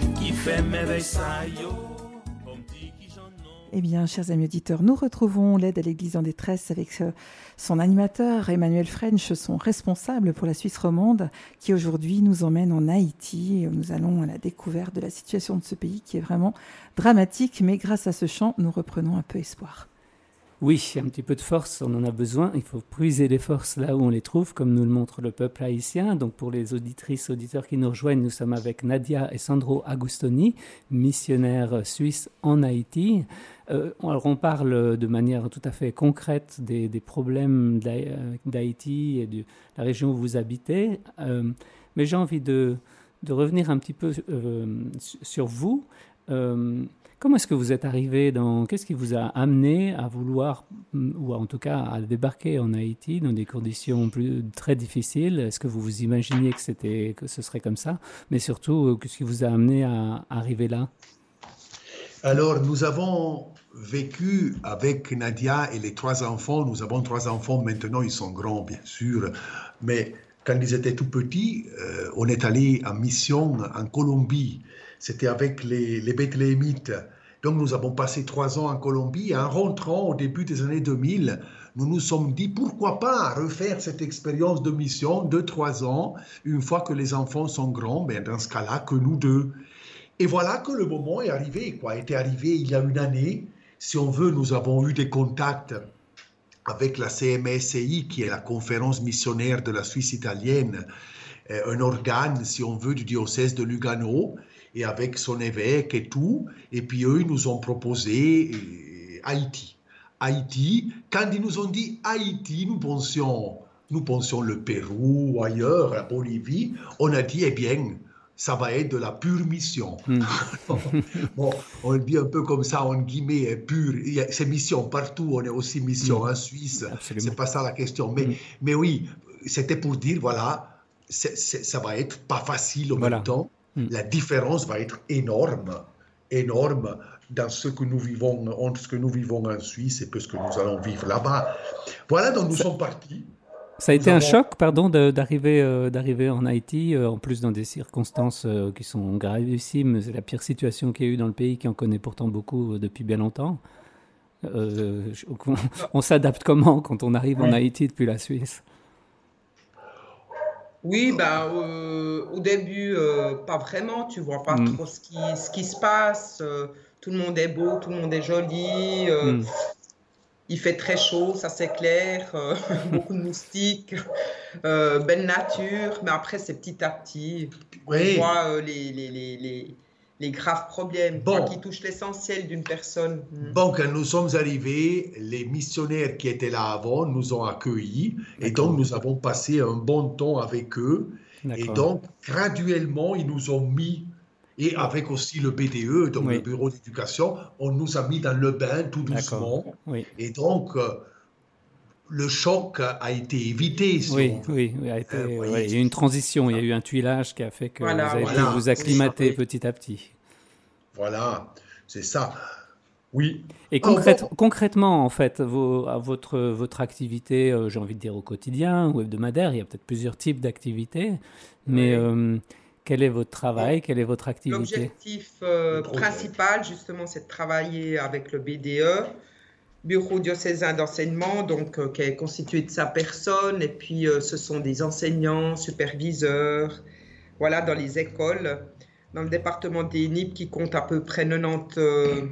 Eh bien, chers amis auditeurs, nous retrouvons l'aide à l'Église en détresse avec son animateur, Emmanuel French, son responsable pour la Suisse romande, qui aujourd'hui nous emmène en Haïti. Nous allons à la découverte de la situation de ce pays qui est vraiment dramatique, mais grâce à ce chant, nous reprenons un peu espoir. Oui, un petit peu de force, on en a besoin. Il faut puiser les forces là où on les trouve, comme nous le montre le peuple haïtien. Donc pour les auditrices, auditeurs qui nous rejoignent, nous sommes avec Nadia et Sandro Agustoni, missionnaires suisses en Haïti. Euh, alors on parle de manière tout à fait concrète des, des problèmes d'Haïti et de la région où vous habitez. Euh, mais j'ai envie de, de revenir un petit peu euh, sur vous. Euh, comment est-ce que vous êtes arrivé dans... Qu'est-ce qui vous a amené à vouloir, ou en tout cas à débarquer en Haïti dans des conditions plus, très difficiles? Est-ce que vous vous imaginiez que, c'était, que ce serait comme ça? Mais surtout, qu'est-ce qui vous a amené à, à arriver là? Alors, nous avons vécu avec Nadia et les trois enfants. Nous avons trois enfants maintenant, ils sont grands, bien sûr. Mais quand ils étaient tout petits, euh, on est allé en mission en Colombie. C'était avec les, les Bethléemites. Donc, nous avons passé trois ans en Colombie. Et en rentrant au début des années deux mille, nous nous sommes dit, pourquoi pas refaire cette expérience de mission de trois ans, une fois que les enfants sont grands, ben dans ce cas-là, que nous deux. Et voilà que le moment est arrivé, quoi. Était arrivé il y a une année. Si on veut, nous avons eu des contacts avec la C M S I, qui est la conférence missionnaire de la Suisse italienne, un organe, si on veut, du diocèse de Lugano, et avec son évêque et tout. Et puis eux, ils nous ont proposé Haïti. Haïti, quand ils nous ont dit Haïti, nous pensions, nous pensions le Pérou ou ailleurs, la Bolivie. On a dit, eh bien, ça va être de la pure mission. Mm. Bon, on le dit un peu comme ça, en guillemets, pure. C'est mission partout, on est aussi mission mm. en Suisse. Absolument. C'est pas ça la question. Mais, mm. mais oui, c'était pour dire, voilà, c'est, c'est, ça va être pas facile en voilà. même temps. Mm. La différence va être énorme, énorme dans ce que nous vivons, entre ce que nous vivons en Suisse et ce que nous allons vivre là-bas. Voilà, donc nous ça... sommes partis. Ça a été un choc, pardon, de, d'arriver, euh, d'arriver en Haïti, euh, en plus dans des circonstances euh, qui sont gravissimes. C'est la pire situation qu'il y a eu dans le pays, qui en connaît pourtant beaucoup euh, depuis bien longtemps. Euh, on, on s'adapte comment quand on arrive en Haïti depuis la Suisse? Oui, ben, euh, au début, euh, pas vraiment. Tu vois pas mm. trop ce qui, ce qui se passe. Euh, tout le monde est beau, tout le monde est joli. Euh, mm. Il fait très chaud, ça c'est clair, euh, beaucoup de moustiques, euh, belle nature, mais après c'est petit à petit, oui. on voit euh, les, les, les, les, les graves problèmes bon. qui touchent l'essentiel d'une personne. Bon, quand nous sommes arrivés, les missionnaires qui étaient là avant nous ont accueillis, D'accord. et donc nous avons passé un bon temps avec eux, D'accord. et donc graduellement ils nous ont mis... Et avec aussi le B D E, donc oui. le bureau d'éducation, on nous a mis dans le bain tout doucement. Oui. Et donc, euh, le choc a été évité. Si oui, oui, oui, a été, euh, ouais, il y a eu une transition, il y a eu un tuilage qui a fait que voilà, vous avez voilà, pu vous acclimater petit à petit. Voilà, c'est ça. Oui. Et concrète, oh, bon. concrètement, en fait, vos, à votre, votre activité, euh, j'ai envie de dire au quotidien ou hebdomadaire, il y a peut-être plusieurs types d'activités, mais... Oui. Euh, Quel est votre travail? Quelle est votre activité? L'objectif euh, principal, justement, c'est de travailler avec le B D E, Bureau diocésain d'enseignement, donc, euh, qui est constitué de sa personne. Et puis, euh, ce sont des enseignants, superviseurs, voilà, dans les écoles. Dans le département des N I P, qui compte à peu près quatre-vingt-dix euh,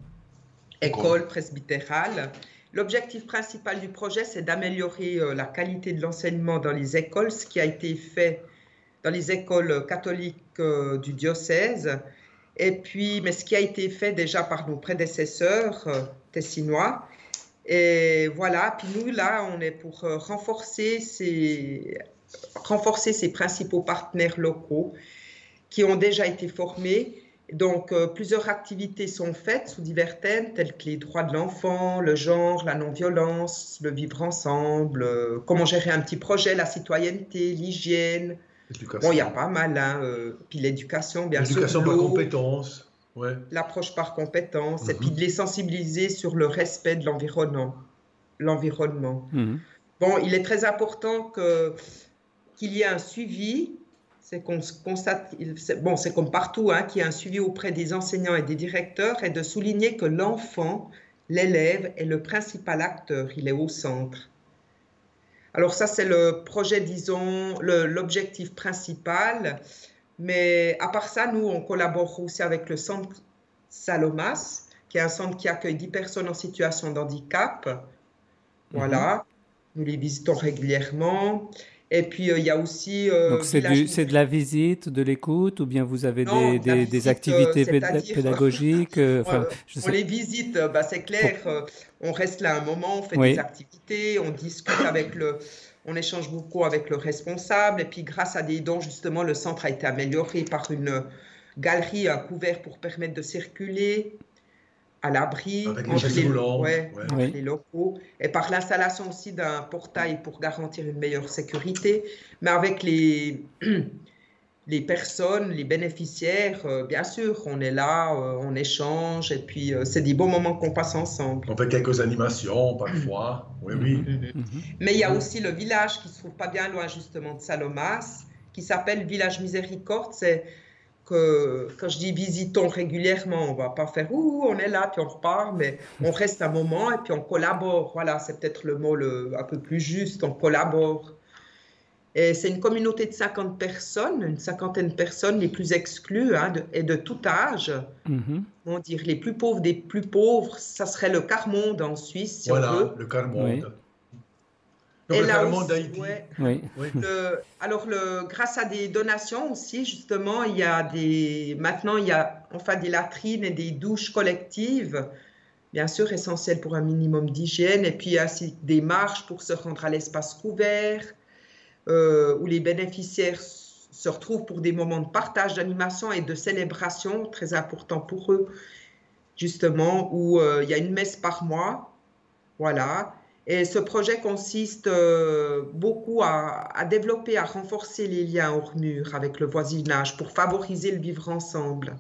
écoles presbytérales. L'objectif principal du projet, c'est d'améliorer euh, la qualité de l'enseignement dans les écoles, ce qui a été fait dans les écoles catholiques euh, du diocèse, et puis, mais ce qui a été fait déjà par nos prédécesseurs euh, tessinois. Et voilà, puis nous, là, on est pour euh, renforcer, ces, renforcer ces principaux partenaires locaux qui ont déjà été formés. Donc, euh, plusieurs activités sont faites sous divers thèmes, tels que les droits de l'enfant, le genre, la non-violence, le vivre ensemble, euh, comment gérer un petit projet, la citoyenneté, l'hygiène. Bon, il y a pas mal, hein. Euh, puis l'éducation, bien sûr. L'éducation par compétence. Ouais. L'approche par compétence, mm-hmm. et puis de les sensibiliser sur le respect de l'environnement. l'environnement. Mm-hmm. Bon, il est très important que, qu'il y ait un suivi. C'est qu'on constate, c'est, bon, c'est comme partout, hein, qu'il y ait un suivi auprès des enseignants et des directeurs, et de souligner que l'enfant, l'élève, est le principal acteur. Il est au centre. Alors ça, c'est le projet, disons, le, l'objectif principal. Mais à part ça, nous, on collabore aussi avec le centre Salomas, qui est un centre qui accueille dix personnes en situation de handicap. Voilà, mmh. Nous les visitons régulièrement. Et puis, euh, il y a aussi... Euh, Donc, c'est, du, c'est de la visite, de l'écoute, ou bien vous avez non, des, des, visite, des activités péd- pédagogiques euh, enfin, je On sais... les visite, bah, c'est clair. Pour... On reste là un moment, on fait oui. des activités, on discute avec le, on échange beaucoup avec le responsable. Et puis, grâce à des dons, justement, le centre a été amélioré par une galerie, un couvert pour permettre de circuler à l'abri avec les entre, chaises les, roulantes, ouais, ouais. entre Oui. les locaux. Et par l'installation aussi d'un portail pour garantir une meilleure sécurité. Mais avec les... les personnes, les bénéficiaires, euh, bien sûr, on est là, euh, on échange, et puis euh, c'est des beaux moments qu'on passe ensemble. On fait quelques animations parfois. Oui, oui. Mm-hmm. Mm-hmm. Mais il y a aussi le village qui se trouve pas bien loin justement de Salomas, qui s'appelle Village Miséricorde. C'est que quand je dis visitons régulièrement, on va pas faire ouh, on est là puis on repart, mais on reste un moment et puis on collabore. Voilà, c'est peut-être le mot le, un peu plus juste. On collabore. Et c'est une communauté de cinquante personnes, une cinquantaine de personnes, les plus exclues hein, de, et de tout âge. Mm-hmm. On dire les plus pauvres des plus pauvres, ça serait le quart-monde en Suisse, si voilà, on veut. le quart-monde. Oui. Donc, et le là quart-monde aussi, d'Haïti. ouais, Oui. Oui. le, alors, le, grâce à des donations aussi, justement, il y a des, maintenant, il y a enfin des latrines et des douches collectives, bien sûr, essentielles pour un minimum d'hygiène, et puis ainsi des marches pour se rendre à l'espace couvert. Euh, où les bénéficiaires se retrouvent pour des moments de partage, d'animation et de célébration, très important pour eux, justement, où euh, il y a une messe par mois. Voilà. Et ce projet consiste euh, beaucoup à, à développer, à renforcer les liens hors mur avec le voisinage pour favoriser le vivre ensemble.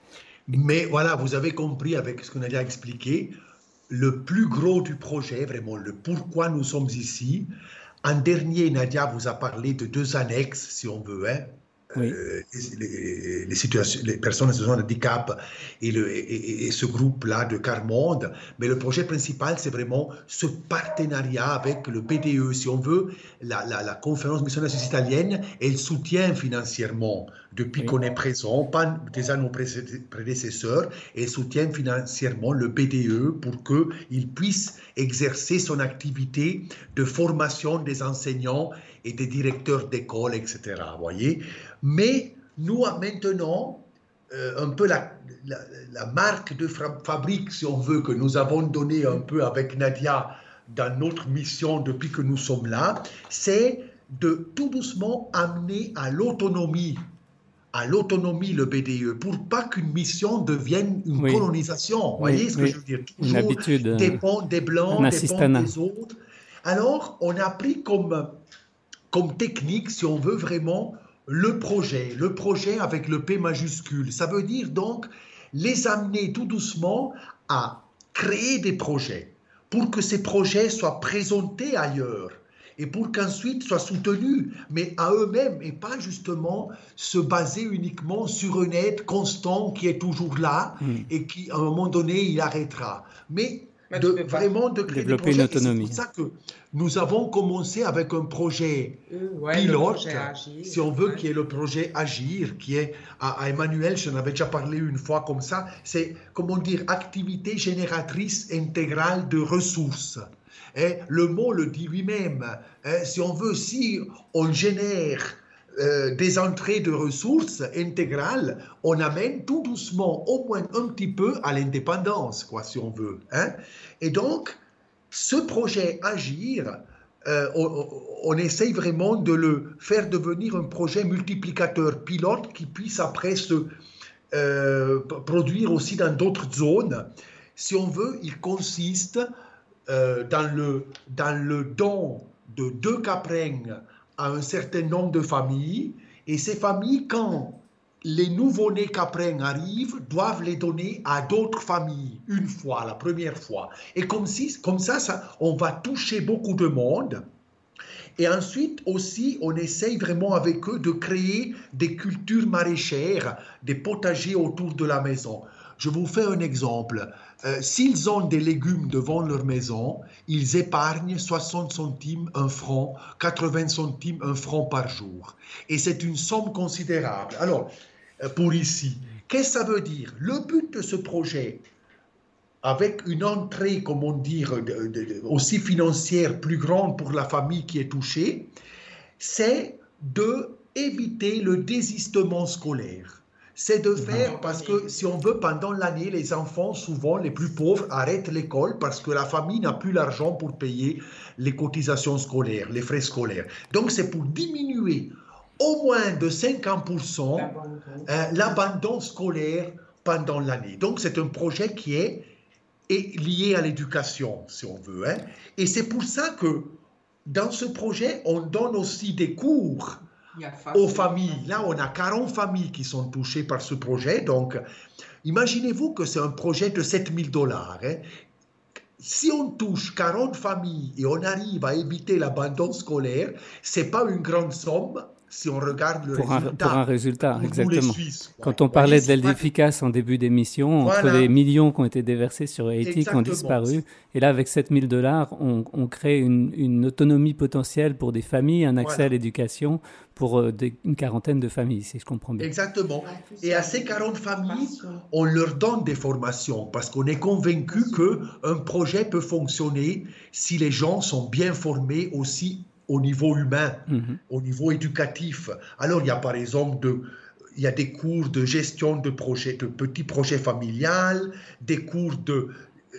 Mais voilà, vous avez compris avec ce qu'on a déjà expliqué, le plus gros du projet, vraiment, le pourquoi nous sommes ici. En dernier, Nadia vous a parlé de deux annexes, si on veut, hein, oui. euh, les, les, situations, les personnes en situation de handicap et, le, et, et ce groupe-là de Quart-Monde. Mais le projet principal, c'est vraiment ce partenariat avec le P D E, si on veut, la, la, la conférence missionnaire suisse italienne, elle soutient financièrement, depuis oui. qu'on est présent, pas déjà nos prédécesseurs, elle soutient financièrement le P D E pour qu'il puisse exercer son activité de formation des enseignants et des directeurs d'école, et cetera. Voyez. Mais nous, maintenant, euh, un peu la, la, la marque de fabrique, si on veut, que nous avons donnée un peu avec Nadia dans notre mission depuis que nous sommes là, c'est de tout doucement amener à l'autonomie, à l'autonomie le B D E, pour pas qu'une mission devienne une oui. colonisation. Vous voyez oui, ce que oui. je veux dire? Toujours une habitude, dépend des Blancs, dépend des autres. Alors, on a pris comme, comme technique, si on veut vraiment, le projet, le projet avec le P majuscule. Ça veut dire donc les amener tout doucement à créer des projets pour que ces projets soient présentés ailleurs et pour qu'ensuite soient soutenus, mais à eux-mêmes et pas justement se baser uniquement sur un aide constant qui est toujours là mmh. et qui, à un moment donné, il arrêtera. Mais de, vraiment de créer des projets. Une autonomie. C'est pour ça que nous avons commencé avec un projet euh, ouais, pilote, projet Agir, si on veut, ouais. qui est le projet Agir, qui est, à, à Emmanuel, je n'avais déjà parlé une fois comme ça, c'est, comment dire, activité génératrice intégrale de ressources. Et le mot le dit lui-même. Hein, si on veut, si on génère euh, des entrées de ressources intégrales, on amène tout doucement, au moins un petit peu, à l'indépendance, quoi, si on veut. Hein. Et donc, ce projet Agir, euh, on, on essaye vraiment de le faire devenir un projet multiplicateur pilote qui puisse après se euh, produire aussi dans d'autres zones. Si on veut, il consiste euh, dans, le, dans le don de deux caprengs à un certain nombre de familles, et ces familles, quand les nouveau-nés caprengs arrivent, doivent les donner à d'autres familles, une fois, la première fois. Et comme, si, comme ça, ça, on va toucher beaucoup de monde. Et ensuite aussi, on essaye vraiment avec eux de créer des cultures maraîchères, des potagers autour de la maison. Je vous fais un exemple. Euh, s'ils ont des légumes devant leur maison, ils épargnent soixante centimes, un franc, quatre-vingts centimes, un franc par jour. Et c'est une somme considérable. Alors, pour ici, qu'est-ce que ça veut dire? Le but de ce projet, avec une entrée, comment dire, de, de, aussi financière plus grande pour la famille qui est touchée, c'est d'éviter le désistement scolaire. c'est de faire, parce que si on veut, pendant l'année, les enfants, souvent les plus pauvres, arrêtent l'école parce que la famille n'a plus l'argent pour payer les cotisations scolaires, les frais scolaires. Donc c'est pour diminuer au moins de cinquante pour cent euh, l'abandon scolaire pendant l'année. Donc c'est un projet qui est, est lié à l'éducation, si on veut. Hein. Et c'est pour ça que dans ce projet, on donne aussi des cours aux familles. Là, on a quarante familles qui sont touchées par ce projet. Donc, imaginez-vous que c'est un projet de sept mille dollars. Hein. Si on touche quarante familles et on arrive à éviter l'abandon scolaire, ce n'est pas une grande somme si on regarde le pour résultat. Un, pour un résultat, pour exactement. Suisses, Quand ouais. on parlait voyez, de l'aide efficace en début d'émission, voilà. Entre les millions qui ont été déversés sur Haïti, qui ont disparu, et là, avec sept mille dollars, on, on crée une, une autonomie potentielle pour des familles, un accès voilà. à l'éducation pour euh, des, une quarantaine de familles, si je comprends bien. Exactement. Et à ces quarante familles, on leur donne des formations, parce qu'on est convaincu qu'un projet peut fonctionner si les gens sont bien formés aussi au niveau humain, mm-hmm. au niveau éducatif. Alors, il y a par exemple de, il y a des cours de gestion de projets, de petits projets familiales, des cours de,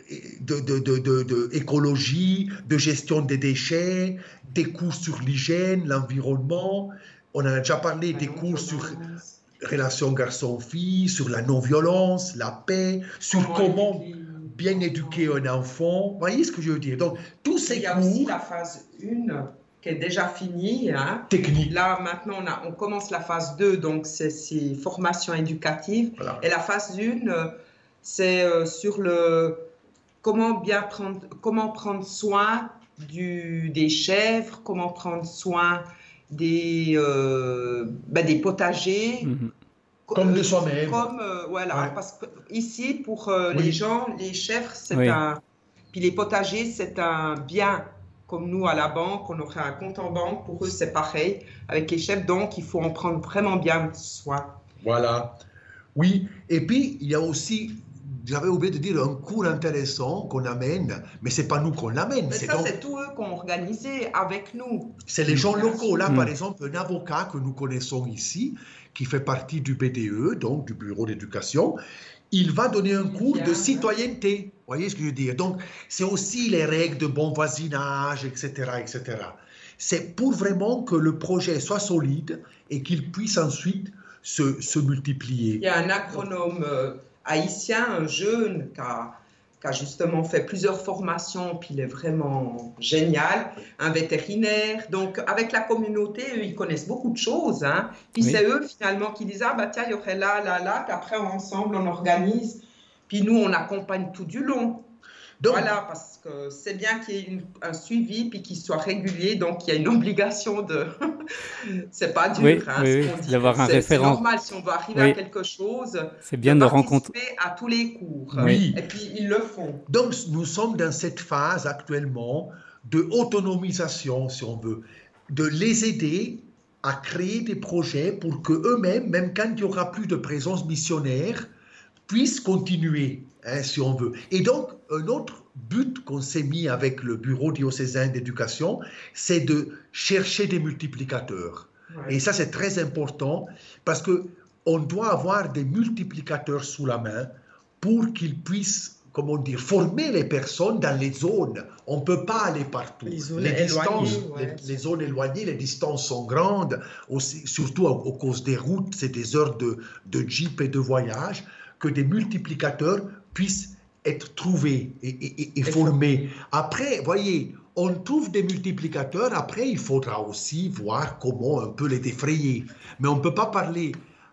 de, de, de, de, de écologie, de gestion des déchets, des cours sur l'hygiène, l'environnement. On en a déjà parlé, des cours sur relations garçon-fille, sur la non-violence, la paix, sur comment, comment bien éduquer un enfant. Vous voyez ce que je veux dire? Donc, tous ces cours... Il y a aussi la phase un qui est déjà finie. Hein. Technique. Là, maintenant, on, a, on commence la phase deux, donc c'est, c'est formation éducative. Voilà. Et la phase un, c'est euh, sur le comment bien prendre, comment prendre soin du, des chèvres, comment prendre soin des, euh, ben, des potagers. Mm-hmm. Comme de soi-même. Comme, euh, voilà, ouais. Parce que ici, pour euh, oui. les gens, les chèvres, c'est oui. un... Puis les potagers, c'est un bien. Comme nous, à la banque, on aurait un compte en banque. Pour eux, c'est pareil avec les chèvres. Donc, il faut en prendre vraiment bien soin. Voilà. Oui. Et puis, il y a aussi, j'avais oublié de dire, un cours intéressant qu'on amène, mais ce n'est pas nous qu'on l'amène. Mais c'est ça, donc... c'est tous eux qui ont organisé avec nous. C'est les gens locaux. Là, mmh. par exemple, un avocat que nous connaissons ici, qui fait partie du B D E, donc du Bureau d'éducation, il va donner un cours de citoyenneté. Vous voyez ce que je veux dire? Donc, c'est aussi les règles de bon voisinage, et cetera, et cetera. C'est pour vraiment que le projet soit solide et qu'il puisse ensuite se, se multiplier. Il y a un agronome euh, haïtien, un jeune, qui a, qui a justement fait plusieurs formations, puis il est vraiment génial, un vétérinaire. Donc, avec la communauté, eux, ils connaissent beaucoup de choses. Hein. Puis oui. c'est eux, finalement, qui disent « Ah, bah tiens, il y aurait là, là, là. » Puis après, ensemble, on organise. Puis nous, on accompagne tout du long. Donc, voilà, parce que c'est bien qu'il y ait une, un suivi puis qu'il soit régulier. Donc, il y a une obligation de... c'est pas dur, oui, hein, oui, ce qu'on oui, dit. D'avoir un c'est, référent. C'est normal, si on veut arriver oui. à quelque chose, c'est bien de, de rencontrer à tous les cours. Oui. Et puis, ils le font. Donc, nous sommes dans cette phase actuellement de autonomisation, si on veut, de les aider à créer des projets pour qu'eux-mêmes, même quand il n'y aura plus de présence missionnaire, puissent continuer, hein, si on veut. Et donc, un autre but qu'on s'est mis avec le Bureau diocésain d'éducation, c'est de chercher des multiplicateurs. Ouais. Et ça, c'est très important parce qu'on doit avoir des multiplicateurs sous la main pour qu'ils puissent, comment dire, former les personnes dans les zones. On ne peut pas aller partout. Les zones les distances, éloignées, ouais. les, les zones éloignées, les distances sont grandes, aussi, surtout à, à cause des routes, c'est des heures de, de jeep et de voyage, que des multiplicateurs puissent être trouvés et, et, et, et formés. Après, voyez, on trouve des multiplicateurs, après il faudra aussi voir comment un peu les défrayer. Mais on ne peut pas parler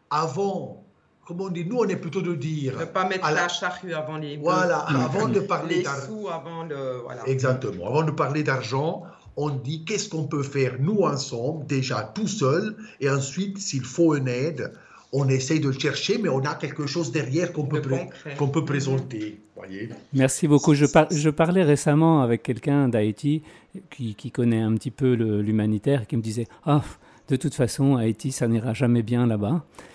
avant, comment on dit, nous on est plutôt de dire... Ne pas mettre la... la charrue avant les... Voilà, avant de parler... Les sous avant le... Voilà. Exactement, avant de parler d'argent, on dit qu'est-ce qu'on peut faire nous ensemble, déjà tout seul, et ensuite s'il faut une aide, on essaye de le chercher, mais on a quelque chose derrière qu'on peut, pré- qu'on peut présenter. Voyez. Merci beaucoup. Je, par- je parlais récemment avec quelqu'un d'Haïti qui, qui connaît un petit peu le, l'humanitaire, qui me disait « Ah, de toute façon, Haïti, ça n'ira jamais bien là-bas.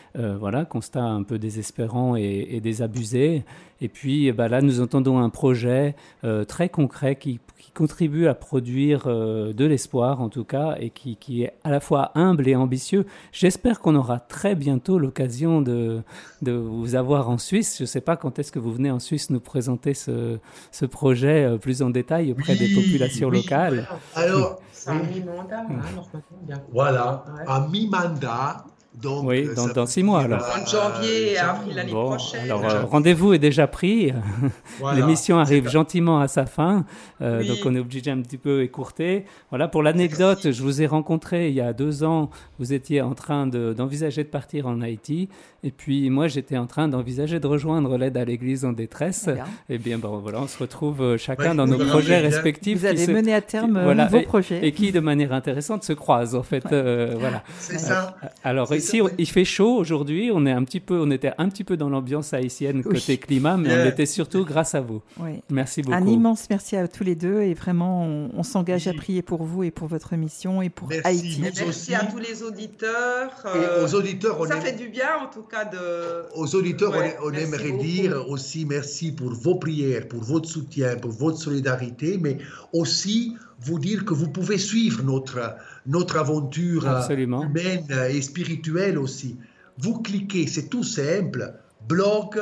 Euh, voilà, constat un peu désespérant et, et désabusé. Et puis bah, là, nous entendons un projet euh, très concret qui, qui contribue à produire euh, de l'espoir, en tout cas, et qui, qui est à la fois humble et ambitieux. J'espère qu'on aura très bientôt l'occasion de, de vous avoir en Suisse. Je ne sais pas quand est-ce que vous venez en Suisse nous présenter ce, ce projet euh, plus en détail auprès Oui, des populations oui. locales. Alors, C'est un mi-mandat, hein, normalement, bien. voilà, Ouais. à mi-mandat. Donc, Oui, euh, dans- ça dans veut six mois, dire, alors. En janvier et euh, avril l'année Bon, prochaine. alors euh, rendez-vous est déjà pris. voilà. L'émission arrive C'est- gentiment à sa fin, euh, Oui. donc on est obligé un petit peu écourter. Voilà, pour l'anecdote, Merci. je vous ai rencontré il y a deux ans. Vous étiez en train de- d'envisager de partir en Haïti, et puis moi j'étais en train d'envisager de rejoindre l'aide à l'Église en détresse. Eh bien, Et bien, bon, voilà, on se retrouve euh, chacun Ouais, dans vous nos avez projets bien. respectifs. vous qui allez se- mener à terme euh, voilà, un nouveau et- projet. et qui, de manière intéressante, se croisent en fait. Euh, voilà. C'est ça. Alors C'est ici, ça, on- ouais. il fait chaud aujourd'hui. On est un petit peu, on était un petit peu dans l'ambiance haïtienne Oui. côté climat, mais Bien. on était surtout grâce à vous. Oui. Merci beaucoup. Un immense merci à tous les deux et vraiment on, on s'engage à Oui. prier pour vous et pour votre mission et pour Merci. Haïti. Nous Et merci aussi. à tous les auditeurs. Et euh, aux auditeurs, on ça aime- fait du bien en tout cas de. Aux auditeurs, Ouais, on, on merci aimerait beaucoup. dire aussi merci pour vos prières, pour votre soutien, pour votre solidarité, mais aussi vous dire que vous pouvez suivre notre, notre aventure euh, Absolument. humaine et spirituelle aussi. Vous cliquez, c'est tout simple, blog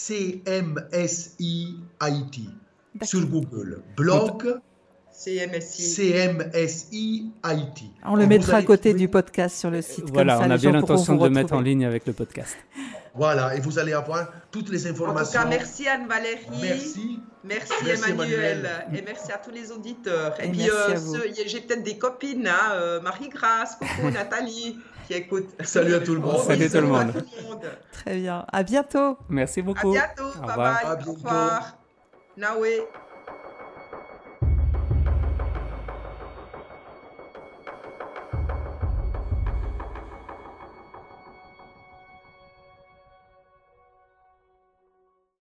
C M S I Haïti sur Google. Blog C M S I. C M S I Haïti. On le Et mettra vous à allez côté trouver- du podcast sur le site. Voilà, comme ça, on a les bien gens pourront l'intention vous de le mettre en retrouver. ligne avec le podcast. Voilà, et vous allez avoir toutes les En tout informations. cas, merci Anne-Valérie. Merci. Merci, Merci, Emmanuel. Emmanuel. Et merci à tous les auditeurs. Et, Et puis, merci euh, à vous. ceux- y a- j'ai peut-être des copines, hein, euh, Marie-Grace, Coco, Nathalie, qui écoutent. Salut à tout le monde. Gros Salut bisous tout le à monde. tout le monde. Très bien. À bientôt. Merci À beaucoup. bientôt. Au Bye revoir. bye. À Au bientôt. revoir. Naoué.